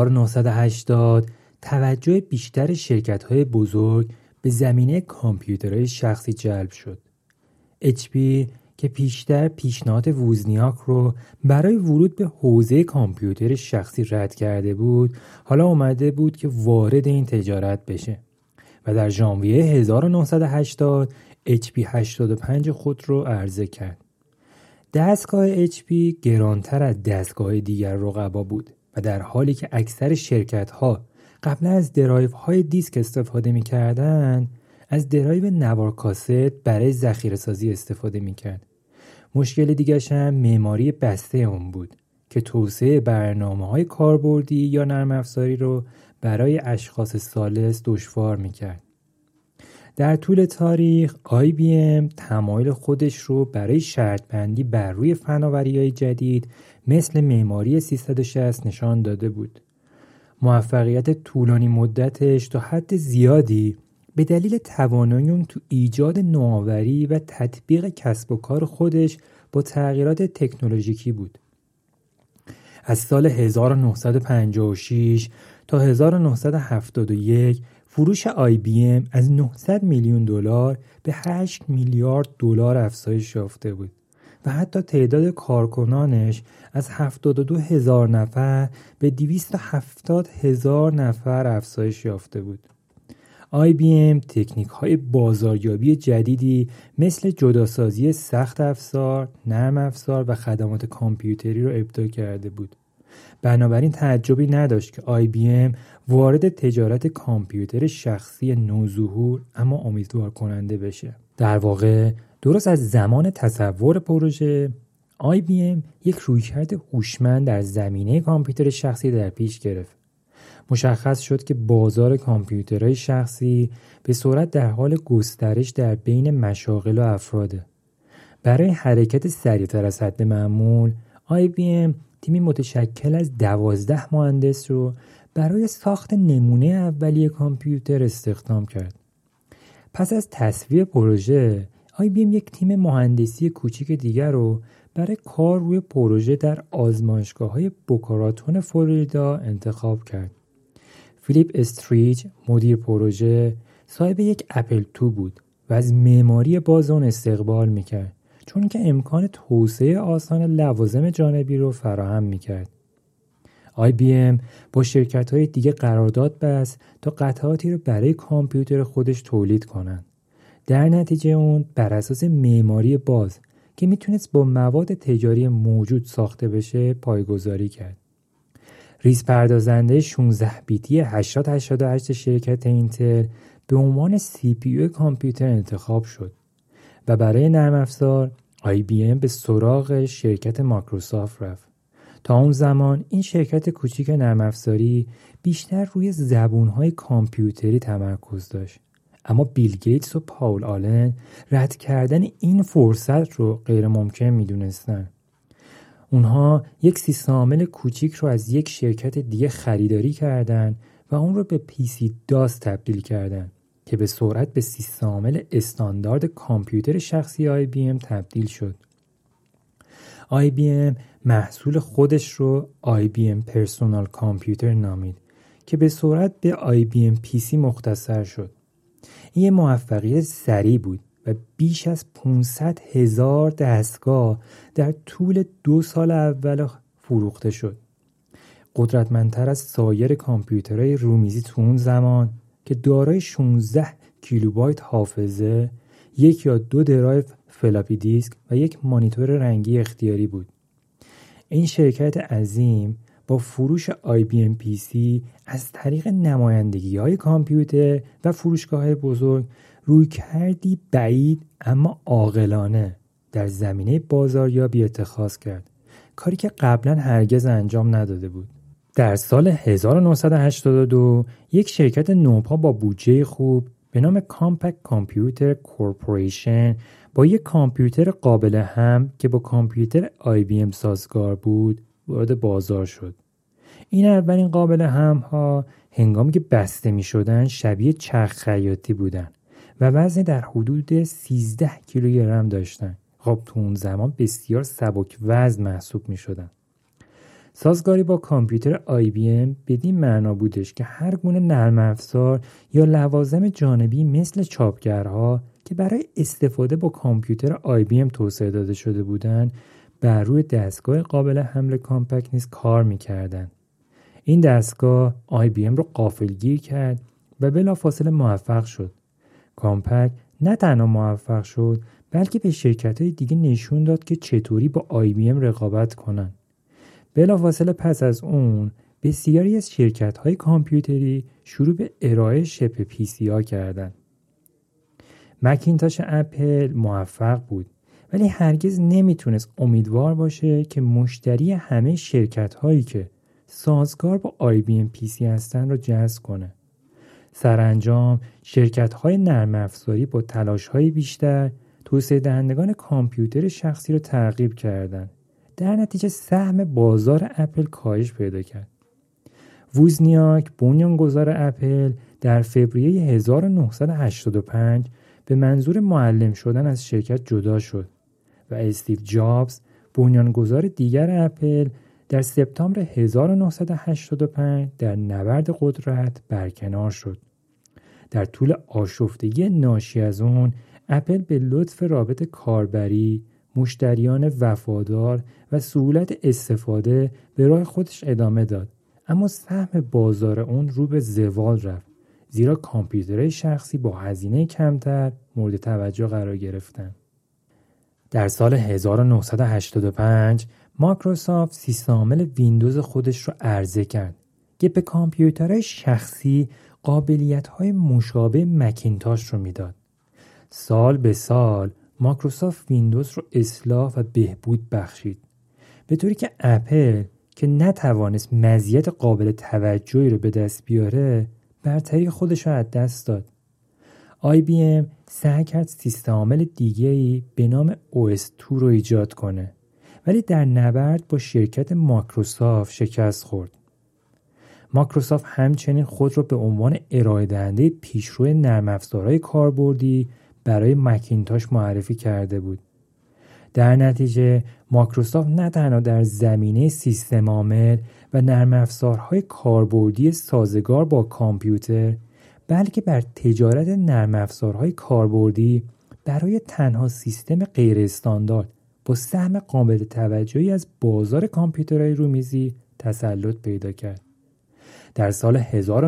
1980 توجه بیشتر شرکت‌های بزرگ به زمینه کامپیوترهای شخصی جلب شد. HP که پیشتر پیشنهاد ووزنیاک رو برای ورود به حوزه کامپیوتر شخصی رد کرده بود، حالا اومده بود که وارد این تجارت بشه و در ژانویه 1980 HP 85 خود رو عرضه کرد. دستگاه HP گرانتر از دستگاه دیگر رقبا بود و در حالی که اکثر شرکت‌ها قبلا از درایوهای دیسک استفاده می‌کردند، از درایو نوار کاست برای ذخیره‌سازی استفاده می‌کرد. مشکل دیگرش هم معماری بسته اون بود که توسعه برنامه‌های کاربردی یا نرم افزاری رو برای اشخاص ثالث دشوار می‌کرد. در طول تاریخ IBM تمایل خودش رو برای شرط بندی بر روی فناوری‌های جدید مثل معماری 360 نشان داده بود. موفقیت طولانی مدتش تا حد زیادی به دلیل توانایی اون تو ایجاد نوآوری و تطبیق کسب و کار خودش با تغییرات تکنولوژیکی بود. از سال 1956 تا 1971 فروش IBM از 900 میلیون دلار به 8 میلیارد دلار افزایش یافته بود و حتی تعداد کارکنانش از 72,000 نفر به 270,000 نفر افزایش یافته بود. IBM تکنیک‌های بازاریابی جدیدی مثل جداسازی سخت افزار، نرم افزار و خدمات کامپیوتری رو ابداع کرده بود. بنابراین تعجبی نداشت که IBM وارد تجارت کامپیوتر شخصی نوظهور اما امیدوار کننده بشه. در واقع درست از زمان تصور پروژه IBM یک رویکرد هوشمند در زمینه کامپیوتر شخصی در پیش گرفت. مشخص شد که بازار کامپیوترهای شخصی به سرعت در حال گسترش در بین مشاغل و افراده. برای حرکت سریعتر از حد معمول IBM تیمی متشکل از 12 مهندس رو برای ساخت نمونه اولیه کامپیوتر استخدام کرد. پس از تصویب پروژه IBM یک تیم مهندسی کوچیک دیگر رو برای کار روی پروژه در آزمایشگاه‌های بوکا فلوریدا انتخاب کرد. فیلیپ استریج مدیر پروژه صاحب یک اپل II بود و از معماری باز اون استقبال میکرد، چون که امکان توسعه آسان لوازم جانبی رو فراهم میکرد. IBM با شرکت‌های دیگه قرارداد بست تا قطعاتی رو برای کامپیوتر خودش تولید کنن. در نتیجه اون بر اساس معماری باز که میتونست با مواد تجاری موجود ساخته بشه پایه‌گذاری کرد. ریز پردازنده 16 بیتی 8088 شرکت اینتل به عنوان CPU کامپیوتر انتخاب شد و برای نرم افزار IBM به سراغ شرکت مایکروسافت رفت. تا اون زمان این شرکت کوچیک نرم افزاری بیشتر روی زبون‌های کامپیوتری تمرکز داشت. اما بیل گیتس و پاول آلن رد کردن این فرصت رو غیر ممکن میدونستن. اونها یک سیستم عامل کوچیک رو از یک شرکت دیگه خریداری کردن و اون رو به PC DOS تبدیل کردن که به سرعت به سیستم عامل استاندارد کامپیوتر شخصی IBM تبدیل شد. IBM محصول خودش رو IBM پرسونال کامپیوتر نامید که به سرعت به IBM PC مختصر شد. این موفقیت سریع بود و بیش از 500,000 دستگاه در طول 2 سال اول فروخته شد. قدرتمندتر از سایر کامپیوترهای رومیزی تو اون زمان که دارای 16 کیلوبایت حافظه، 1 یا 2 درایو فلاپی دیسک و یک مانیتور رنگی اختیاری بود. این شرکت عظیم با فروش IBM PC از طریق نمایندگی‌های کامپیوتر و فروشگاه‌های بزرگ روی کردی بعید اما عاقلانه در زمینه بازاریابی اتخاذ کرد، کاری که قبلا هرگز انجام نداده بود. در سال 1982 یک شرکت نوپا با بودجه خوب به نام کامپکت کامپیوتر کورپوریشن با یک کامپیوتر قابل حمل که با کامپیوتر IBM سازگار بود وارد بازار شد. این اولین قابل حمل‌ها هنگامی که بسته می شدن شبیه چرخ خیاطی بودن و وزن در حدود 13 کیلوگرم داشتن. خب تو اون زمان بسیار سبک وزن محسوب می شدن. سازگاری با کامپیوتر IBM بدین معنا بودش که هر گونه نرم افزار یا لوازم جانبی مثل چاپگرها که برای استفاده با کامپیوتر IBM توسعه داده شده بودند بر روی دستگاه قابل حمل کامپکت نیز کار می‌کردند. این دستگاه IBM رو غافلگیر کرد و بلافاصله موفق شد. کامپکت نه تنها موفق شد بلکه به شرکت‌های دیگه نشون داد که چطوری با IBM رقابت کنن. بلافاصله پس از اون بسیاری از شرکت‌های کامپیوتری شروع به ارائه شبه پی‌سی‌ها کردند. مکینتاش اپل موفق بود ولی هرگز نمیتونست امیدوار باشه که مشتری همه شرکت‌هایی که سازگار با IBM PC هستن رو جذب کنه. سرانجام شرکت‌های نرم افزاری با تلاش‌های بیشتر توسعه دهندگان کامپیوتر شخصی رو تعقیب کردند. در نتیجه سهم بازار اپل کاهش پیدا کرد. ووزنیاک بنیانگذار اپل در فوریه 1985 به منظور معلم شدن از شرکت جدا شد و استیو جابز بنیانگذار دیگر اپل در سپتامبر 1985 در نبرد قدرت برکنار شد. در طول آشفتگی ناشی از اون اپل به لطف رابط کاربری، مشتریان وفادار و سهولت استفاده به راه خودش ادامه داد، اما سهم بازار اون رو به زوال رفت زیرا کامپیوترهای شخصی با هزینه کمتر مورد توجه قرار گرفتند. در سال 1985 مایکروسافت سیستم عامل ویندوز خودش رو عرضه کرد که به کامپیوترهای شخصی قابلیت‌های مشابه مکینتاش رو میداد. سال به سال مایکروسافت ویندوز رو اصلاح و بهبود بخشید، به طوری که اپل که نتوانست مزیت قابل توجهی رو به دست بیاره برتری خودش رو از دست داد. IBM سعی کرد سیستم عامل دیگه‌ای به نام OS2 رو ایجاد کنه ولی در نبرد با شرکت مایکروسافت شکست خورد. مایکروسافت همچنین خود را به عنوان ارائه دهنده پیشرو نرم افزارهای کاربردی برای مکینتاش معرفی کرده بود. در نتیجه مایکروسافت نه تنها در زمینه سیستم عامل و نرم افزارهای کاربردی سازگار با کامپیوتر بلکه بر تجارت نرم افزارهای کاربردی برای تنها سیستم غیر استاندارد با سهم قابل توجهی از بازار کامپیوترهای رومیزی تسلط پیدا کرد. در سال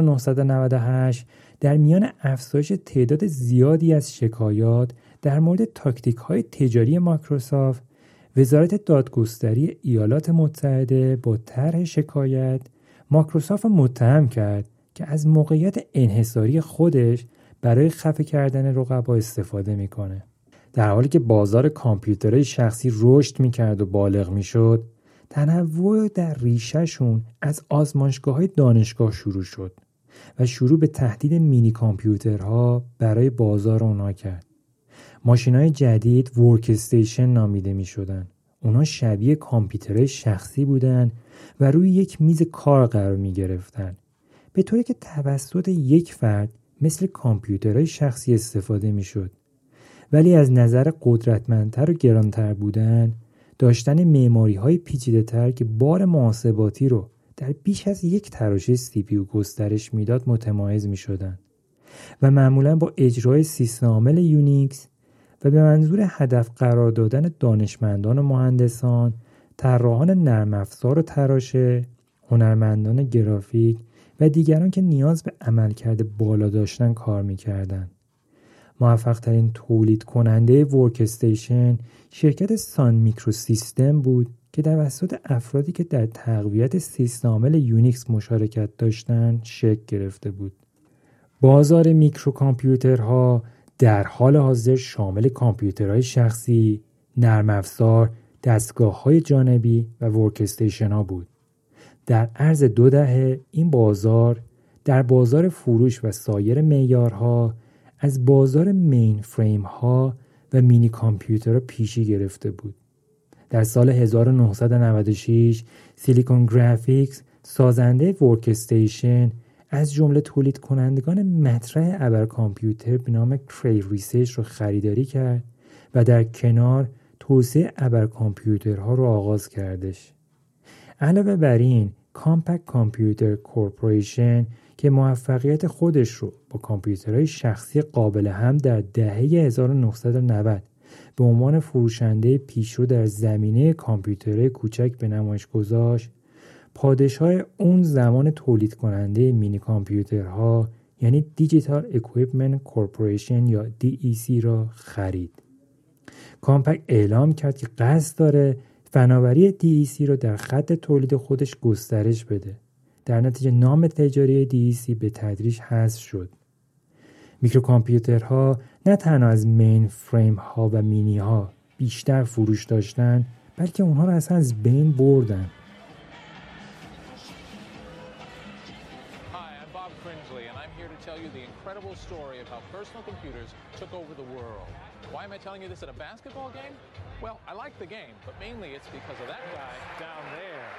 1998 در میان افزایش تعداد زیادی از شکایات در مورد تاکتیک‌های تجاری مایکروسافت، وزارت دادگستری ایالات متحده با طرح شکایت مایکروسافت متهم کرد که از موقعیت انحصاری خودش برای خفه کردن رقبا استفاده میکنه. در حالی که بازار کامپیوترهای شخصی رشد میکرد و بالغ میشد، تنوع در ریشهشون از آزمایشگاه‌های دانشگاه شروع شد و شروع به تهدید مینی کامپیوترها برای بازار اونها کرد. ماشین‌های جدید ورک استیشن نامیده می‌شدن. اونها شبیه کامپیوترهای شخصی بودن و روی یک میز کار قرار می‌گرفتن، به طوری که توسط یک فرد مثل کامپیوترهای شخصی استفاده می‌شد. ولی از نظر قدرتمندتر و گرانتر بودن، داشتن معماری‌های پیچیده‌تر که بار محاسباتی رو در بیش از یک تراشه CPU گسترش میداد متمایز می‌شدند و معمولاً با اجرای سیستم عامل یونیکس و به منظور هدف قرار دادن دانشمندان و مهندسان، طراحان نرم افزار و تراشه، هنرمندان گرافیک و دیگران که نیاز به عملکرد بالا داشتن کار می‌کردند. موفق ترین تولید کننده ورک استیشن شرکت سان میکرو سیستم بود که توسط افرادی که در تقویت سیستم عامل یونیکس مشارکت داشتند شکل گرفته بود. بازار میکرو کامپیوترها در حال حاضر شامل کامپیوترهای شخصی، نرم افزار، دستگاه‌های جانبی و ورک استیشن‌ها بود. در عرض 2 دهه این بازار در بازار فروش و سایر معیارها از بازار مین فریم ها و مینی کامپیوترها پیشی گرفته بود. در سال 1996 سیلیکون گرافیکس، سازنده ورک استیشن، از جمله تولید کنندگان مطرح ابر کامپیوتر به نام کری ریسرچ رو خریداری کرد و در کنار توسعه ابر کامپیوترها رو آغاز کردش. علاوه بر این، کامپکت کامپیوتر کورپوریشن که موفقیت خودش رو با کامپیوترهای شخصی قابل هم در دهه 1990 به عنوان فروشنده پیشرو در زمینه کامپیوترهای کوچک به نمایش گذاشت، پادشاه اون زمان تولید کننده مینی کامپیوترها یعنی دیجیتال اکویپمنت کورپوریشن یا DEC را خرید. کامپکت اعلام کرد که قصد داره فناوری DEC را در خط تولید خودش گسترش بده. در نتیجه نام تجاری DEC به تدریج حذف شد. میکروکامپیوترها نه تنها از مین فریم ها و مینی ها بیشتر فروش داشتن، بلکه اونها را اصلا از بین بردن. Hi, I'm Bob Cringely, and I'm here to tell you the incredible story of how personal computers took over the world. Why am I telling you this at a basketball game? Well, I like the game, but mainly it's because of that guy down there.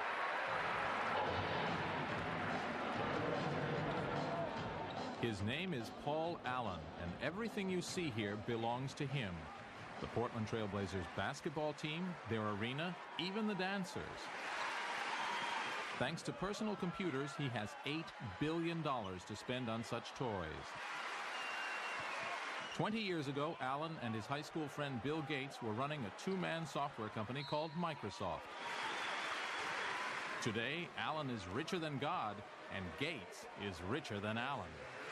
His name is Paul Allen, and everything you see here belongs to him. The Portland Trail Blazers basketball team, their arena, even the dancers. Thanks to personal computers, he has $8 billion to spend on such toys. 20 years ago, Allen and his high school friend Bill Gates were running a two-man software company called Microsoft. Today, Allen is richer than God, and Gates is richer than Allen.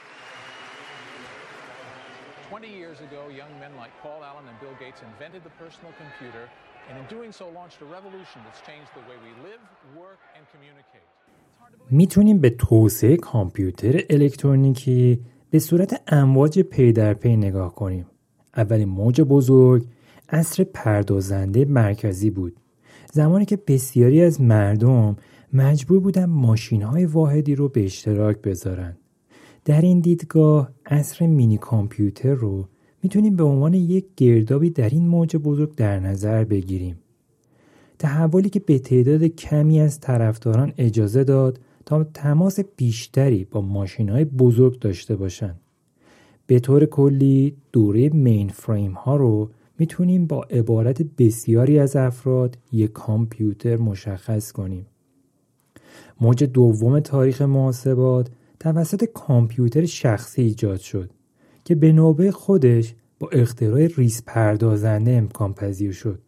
20 years ago, young men like Paul Allen and Bill Gates invented the personal computer, and in doing so launched a revolution that's changed the way we live, work, and communicate. میتونیم به توسعه کامپیوتر الکترونیکی به صورت امواج پی در پی نگاه کنیم. اولین موج بزرگ عصر پردازنده مرکزی بود، زمانی که بسیاری از مردم مجبور بودن ماشین‌های واحدی رو به اشتراک بذارن. در این دیدگاه عصر مینی کامپیوتر رو میتونیم به عنوان یک گردابی در این موج بزرگ در نظر بگیریم. تحولی که به تعداد کمی از طرفداران اجازه داد تا تماس بیشتری با ماشین‌های بزرگ داشته باشند. به طور کلی دوره مین فریم ها رو میتونیم با عبارت بسیاری از افراد یک کامپیوتر مشخص کنیم. موج دوم تاریخ محاسبات توسط کامپیوتر شخصی ایجاد شد که به نوبه خودش با اختراع ریز پردازنده امکان پذیر شد.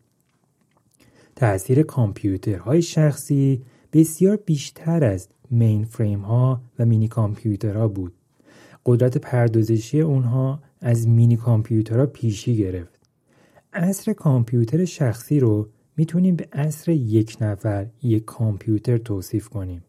تأثیر کامپیوترهای شخصی بسیار بیشتر از مین فریم ها و مینی کامپیوترها بود. قدرت پردازشی اونها از مینی کامپیوترها پیشی گرفت. عصر کامپیوتر شخصی رو میتونیم به عصر یک نفر یک کامپیوتر توصیف کنیم.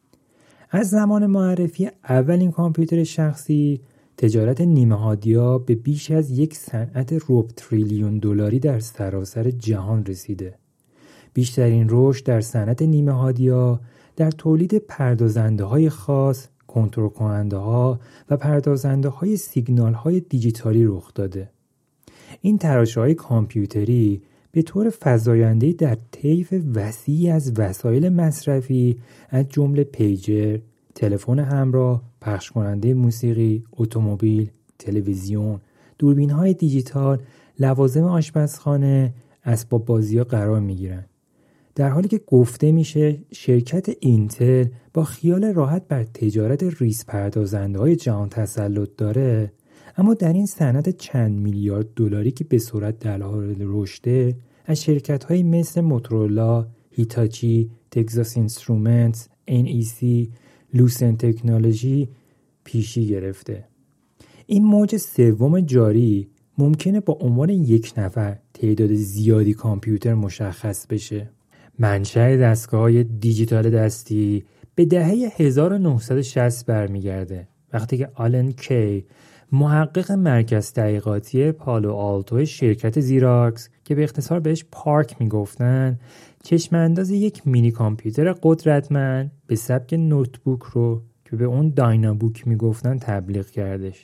از زمان معرفی اولین کامپیوتر شخصی، تجارت نیمه‌هادی‌ها به بیش از یک صنعت ربع تریلیون دلاری در سراسر جهان رسیده. بیشترین رشد در صنعت نیمه‌هادی‌ها در تولید پردازنده‌های خاص، کنترل کننده‌ها و پردازنده‌های سیگنال‌های دیجیتالی رخ داده. این تراشه‌های کامپیوتری به طور فزاینده‌ای در طیف وسیعی از وسایل مصرفی از جمله پیجر، تلفن همراه، پخش کننده موسیقی، اتومبیل، تلویزیون، دوربین‌های دیجیتال، لوازم آشپزخانه، اسباب بازی‌ها قرار می‌گیرند. در حالی که گفته میشه شرکت اینتل با خیال راحت بر تجارت ریز پردازنده‌های جهان تسلط داره، اما در این صنعت چند میلیارد دلاری که به سرعت در حال رشده از شرکت‌هایی مثل موتورولا، هیتاچی، تگزاس اینسترومنتس، NEC، لوسن تکنولوژی پیشی گرفته. این موج سوم جاری ممکنه با عنوان یک نفر تعداد زیادی کامپیوتر مشخص بشه. منشأ دستگاه‌های دیجیتال دستی به دهه 1960 برمیگرده، وقتی که آلن کی، محقق مرکز تحقیقاتی پالو آلتو شرکت زیراکس که به اختصار بهش پارک میگفتن، چشم انداز یک مینی کامپیوتر قدرتمند به سبک نوتبوک رو که به اون داینابوک میگفتن تبلیغ کردش.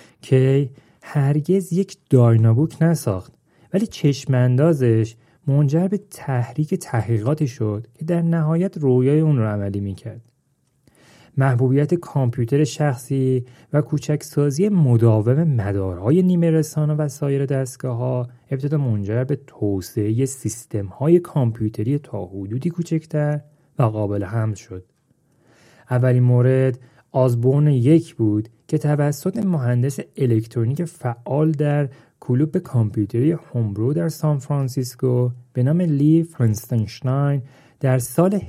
کی هرگز یک داینابوک نساخت، ولی چشم اندازش منجر به تحریک تحقیقاتی شد که در نهایت رویای اون رو عملی میکرد. محبوبیت کامپیوتر شخصی و کوچکسازی مداوم مدارهای نیمه رسانه و سایر دستگاه‌ها ابتدا منجر به توسعه سیستم‌های کامپیوتری تا حدودی کوچکتر و قابل حمل شد. اولین مورد آزبورن 1 بود که توسط مهندس الکترونیک فعال در کلوب کامپیوتری هومبرو در سان فرانسیسکو به نام لی فرانستنشتاین در سال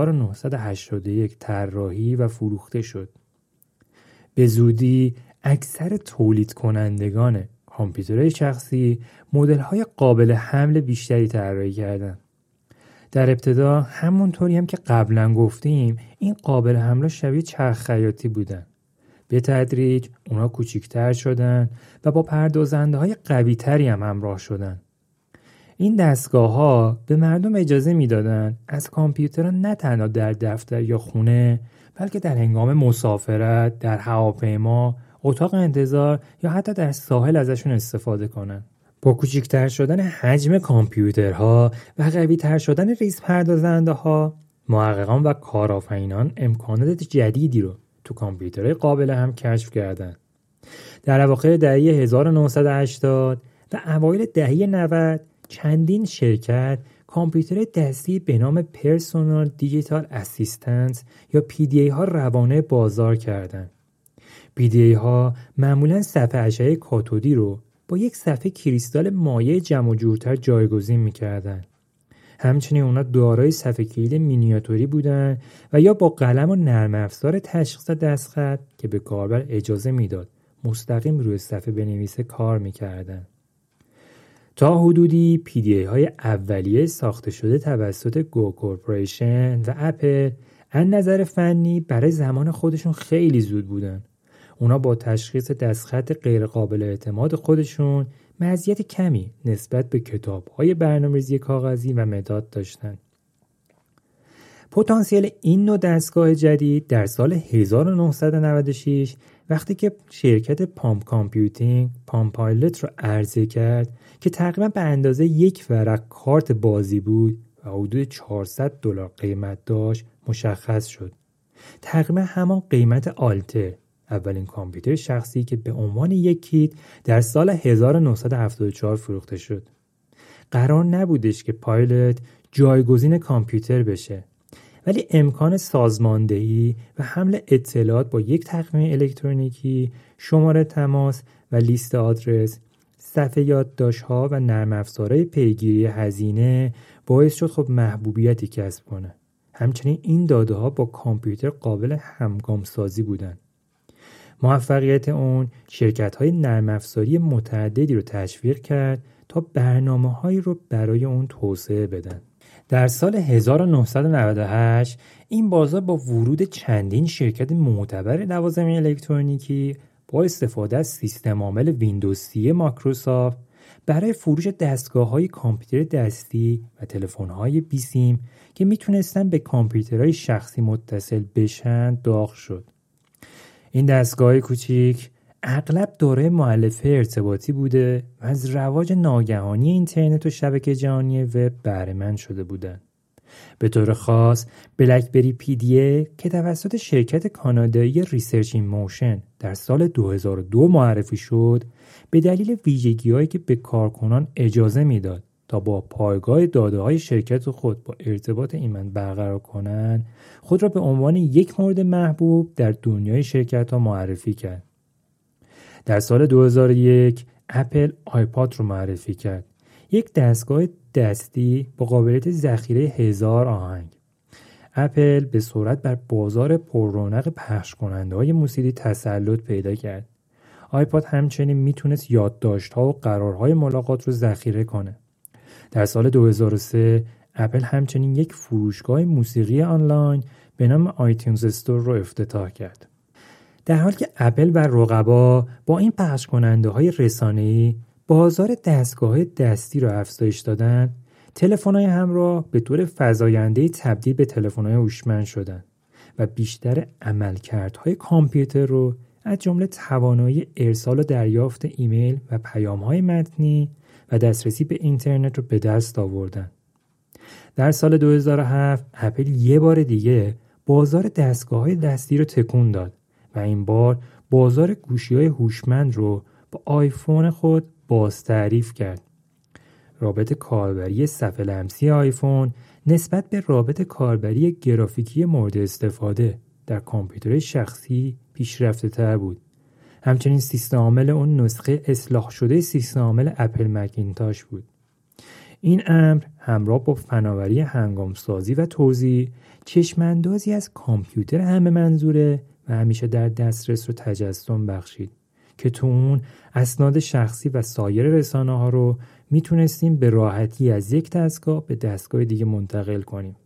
1981 طراحی و فروخته شد. به زودی اکثر تولید کنندگان کامپیوترهای شخصی مدل‌های قابل حمل بیشتری طراحی کردند. در ابتدا همونطوری هم که قبلا گفتیم این قابل حمل شبیه چرخ خیاطی بودن. به تدریج اونا کوچکتر شدن و با پردازنده‌های قوی‌تری هم همراه شدن. این دستگاه‌ها به مردم اجازه میدادن از کامپیوترها نه تنها در دفتر یا خونه، بلکه در هنگام مسافرت، در هواپیما، اتاق انتظار یا حتی در ساحل ازشون استفاده کنن. با کوچکتر شدن حجم کامپیوترها و قوی‌تر شدن ریز پردازنده‌ها، محققان و کارآفرینان امکانات جدیدی رو تو کامپیوترهای قابل هم کشف کردند. در اواخر دهه 1980 و اوایل دهه 90 چندین شرکت کامپیوتر دستی به نام پرسونال دیجیتال اسیستنت یا PDA ها روانه بازار کردند. PDA ها معمولاً صفحه اشعه کاتودی رو با یک صفحه کریستال مایع جمع و جورتر جایگزین می‌کردند. همچنین اونا دارای صفحه کلید مینیاتوری بودن و یا با قلم و نرم افزار تشخیص دستخط که به کاربر اجازه میداد مستقیم روی صفحه بنویسه کار می‌کردند. تا حدودی PDA های اولیه ساخته شده توسط گو کورپوریشن و اپل از نظر فنی برای زمان خودشون خیلی زود بودن. اونا با تشخیص دستخط غیر قابل اعتماد خودشون مزیت کمی نسبت به کتاب‌های برنامه‌ریزی کاغذی و مداد داشتن. پتانسیل این نوع دستگاه جدید در سال 1996 وقتی که شرکت پام کامپیوتینگ پام پایلوت رو عرضه کرد که تقریبا به اندازه یک ورق کارت بازی بود و حدود $400 قیمت داشت مشخص شد. تقریبا همان قیمت آلتر، اولین کامپیوتر شخصی که به عنوان یک کیت در سال 1974 فروخته شد. قرار نبودش که پایلوت جایگزین کامپیوتر بشه، ولی امکان سازماندهی و حمل اطلاعات با یک تقویم الکترونیکی، شماره تماس و لیست آدرس صفحه یادداشت‌ها و نرم افزارهای پیگیری هزینه باعث شد خب محبوبیتی کسب کنه. همچنین این داده‌ها با کامپیوتر قابل همگام سازی بودن. موفقیت اون شرکت‌های نرم افزاری متعددی رو تشویق کرد تا برنامه‌هایی رو برای اون توسعه بدن. در سال 1998 این بازار با ورود چندین شرکت معتبر لوازم الکترونیکی با استفاده از سیستم عامل ویندوز 30 مایکروسافت برای فروش دستگاه‌های کامپیوتر دستی و تلفن‌های بیسیم که میتونستن به کامپیوترهای شخصی متصل بشن داغ شد. این دستگاه کوچیک اغلب دارای مؤلفه ارتباطی بوده و از رواج ناگهانی اینترنت و شبکه جهانی وب بهره مند شده بودند. به طور خاص بلکبری PDA که توسط شرکت کانادایی ریسرچ این موشن در سال 2002 معرفی شد، به دلیل ویژگی‌هایی که به کارکنان اجازه میداد تا با پایگاه داده‌های شرکت خود با ارتباط ایمن برقرار کنند، خود را به عنوان یک مورد محبوب در دنیای شرکت‌ها معرفی کرد. در سال 2001 اپل آیپاد رو معرفی کرد، یک دستگاه دستی با قابلیت ذخیره 1000 آهنگ. اپل به سرعت بر بازار پررونق پخش کننده‌های موسیقی تسلط پیدا کرد. آیپاد همچنین میتونست یادداشت‌ها و قرارهای ملاقات رو ذخیره کنه. در سال 2003 اپل همچنین یک فروشگاه موسیقی آنلاین به نام آیتیونز استور رو افتتاح کرد. در حالی که اپل و رقبا با این پخش کننده‌های رسانه‌ای بازار دستگاه‌های دستی را افزایش دادن، تلفن‌های همراه به طور فزاینده‌ای تبدیل به تلفن‌های هوشمند شدند و بیشتر عملکردهای کامپیوتر رو از جمله توانایی ارسال و دریافت ایمیل و پیام‌های متنی و دسترسی به اینترنت رو به دست آوردن. در سال 2007 اپل یه بار دیگه بازار دستگاه‌های دستی رو تکون داد و این بار بازار گوشی‌های هوشمند رو با آیفون خود باز تعریف کرد. رابط کاربری صفحه لمسی آیفون نسبت به رابط کاربری گرافیکی مورد استفاده در کامپیوتر شخصی پیشرفته تر بود. همچنین سیستم عامل اون نسخه اصلاح شده سیستم عامل اپل مکینتاش بود. این امر همراه با فناوری هنگام‌سازی و توزیع چشم‌اندازی از کامپیوتر همه منظوره و همیشه در دسترس رو تجسم بخشید که تو اون اسناد شخصی و سایر رسانه‌ها رو میتونستیم به راحتی از یک دستگاه به دستگاه دیگه منتقل کنیم.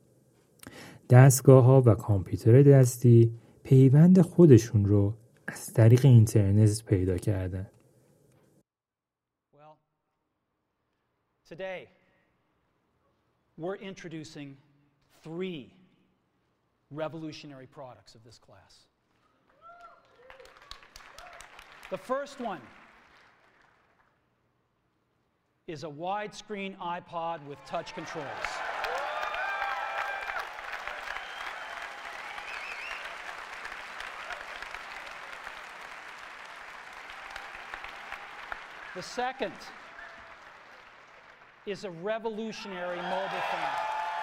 دستگاه‌ها و کامپیوتر دستی پیوند خودشون رو از طریق اینترنت پیدا کردن. Well, today we're introducing 3 revolutionary products of this class. The first one is a widescreen iPod with touch controls. The second is a revolutionary mobile phone.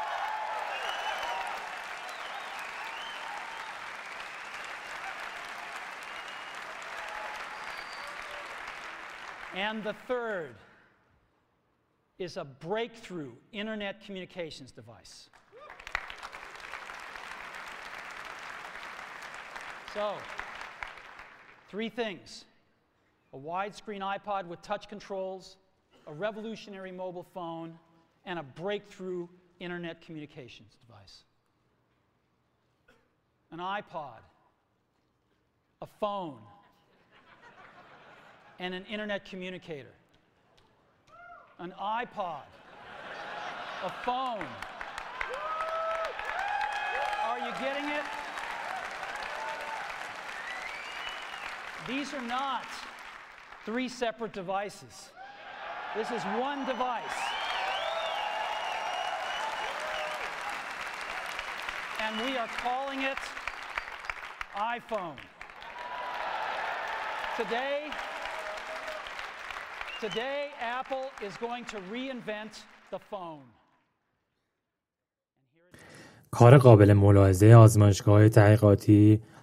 And the third is a breakthrough internet communications device. So, 3 things: a widescreen iPod with touch controls, a revolutionary mobile phone, and a breakthrough internet communications device. An iPod, a phone, and an internet communicator. An iPod, a phone. Are you getting it? These are not 3 separate devices. This is one device. And we are calling it iPhone. Today, Apple is going to reinvent the phone. کار قابل ملاحظه آزمایشگاه تحقیقاتی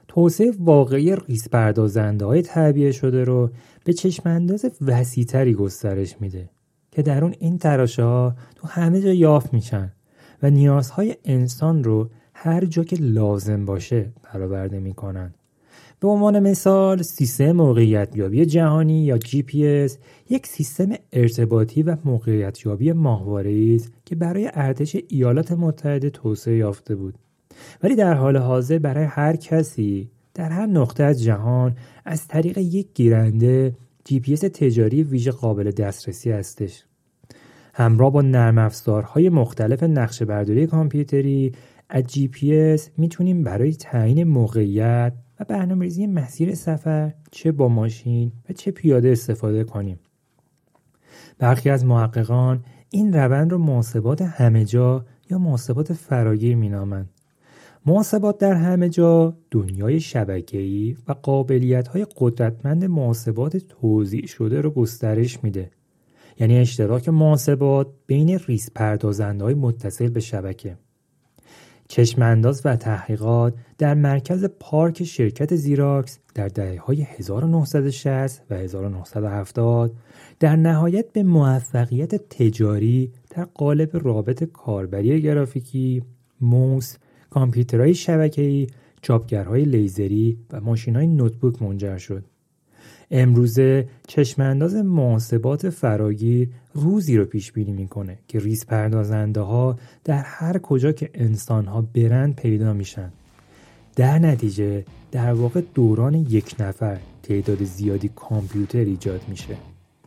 توسعه واقعی ریزپردازنده‌های تعبیه شده رو به چشم‌انداز وسیع‌تری گسترش میده که در اون این تراشه‌ها تو همه جا یافت میشن و نیازهای انسان رو هر جا که لازم باشه برآورده میکنن. به عنوان مثال سیستم موقعیت‌یابی جهانی یا GPS یک سیستم ارتباطی و موقعیت‌یابی ماهواره‌ای است که برای ارتش ایالات متحده توسعه یافته بود، ولی در حال حاضر برای هر کسی در هر نقطه از جهان از طریق یک گیرنده GPS تجاری ویژه قابل دسترسی هستش. همراه با نرم افزارهای مختلف نقشه برداری کامپیوتری از GPS میتونیم برای تعیین موقعیت و برنامه‌ریزی مسیر سفر چه با ماشین و چه پیاده استفاده کنیم. برخی از محققان این روند رو محاسبات همه جا یا محاسبات فراگیر مینامند. محاسبات در همه جا دنیای شبکه‌ای و قابلیت‌های قدرتمند محاسبات توزیع شده رو گسترش میده. یعنی اشتراک محاسبات بین ریزپردازنده‌های متصل به شبکه. چشم‌انداز و تحقیقات در مرکز پارک شرکت زیراکس در دهه‌های 1960 و 1970 در نهایت به موفقیت تجاری در قالب رابط کاربری گرافیکی، موس، کامپیوترهای شبکه‌ای، چاپگرهای لیزری و ماشین‌های نوتبوک منجر شد. امروزه چشم‌انداز محاسبات فراگیر روزی رو پیش بینی میکنه که ریزپردازنده‌ها در هر کجا که انسان‌ها برند پیدا میشن. در نتیجه در واقع دوران یک نفر تعداد زیادی کامپیوتر ایجاد میشه.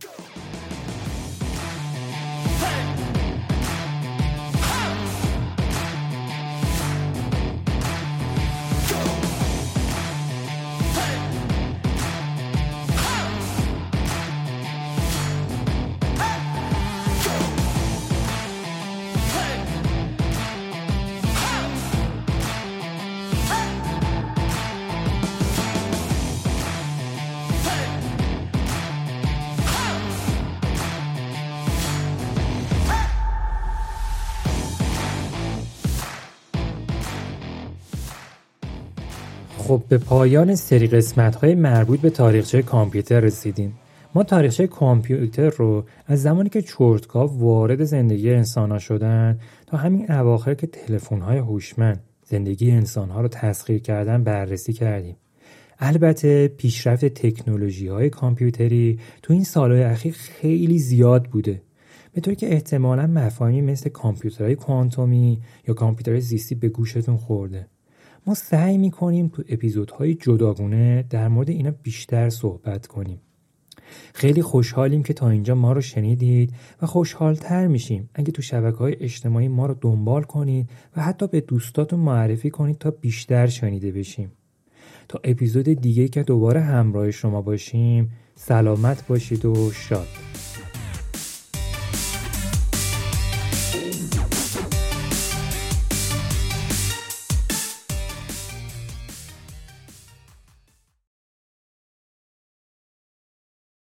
خب به پایان سری قسمت‌های مربوط به تاریخچه کامپیوتر رسیدیم. ما تاریخچه کامپیوتر رو از زمانی که چرتک‌ها وارد زندگی انسان‌ها شدن تا همین اواخر که تلفن‌های هوشمند زندگی انسان‌ها رو تسخیر کردن بررسی کردیم. البته پیشرفت تکنولوژی‌های کامپیوتری تو این سال‌های اخیر خیلی زیاد بوده، به طوری که احتمالاً مفاهیمی مثل کامپیوترهای کوانتومی یا کامپیوترهای زیستی به گوشتون خورده. ما سعی می‌کنیم تو اپیزودهای جداگونه در مورد اینا بیشتر صحبت کنیم. خیلی خوشحالیم که تا اینجا ما رو شنیدید و خوشحال‌تر میشیم اگه تو شبکه‌های اجتماعی ما رو دنبال کنید و حتی به دوستاتون معرفی کنید تا بیشتر شنیده بشیم. تا اپیزود دیگه که دوباره همراه شما باشیم، سلامت باشید و شاد.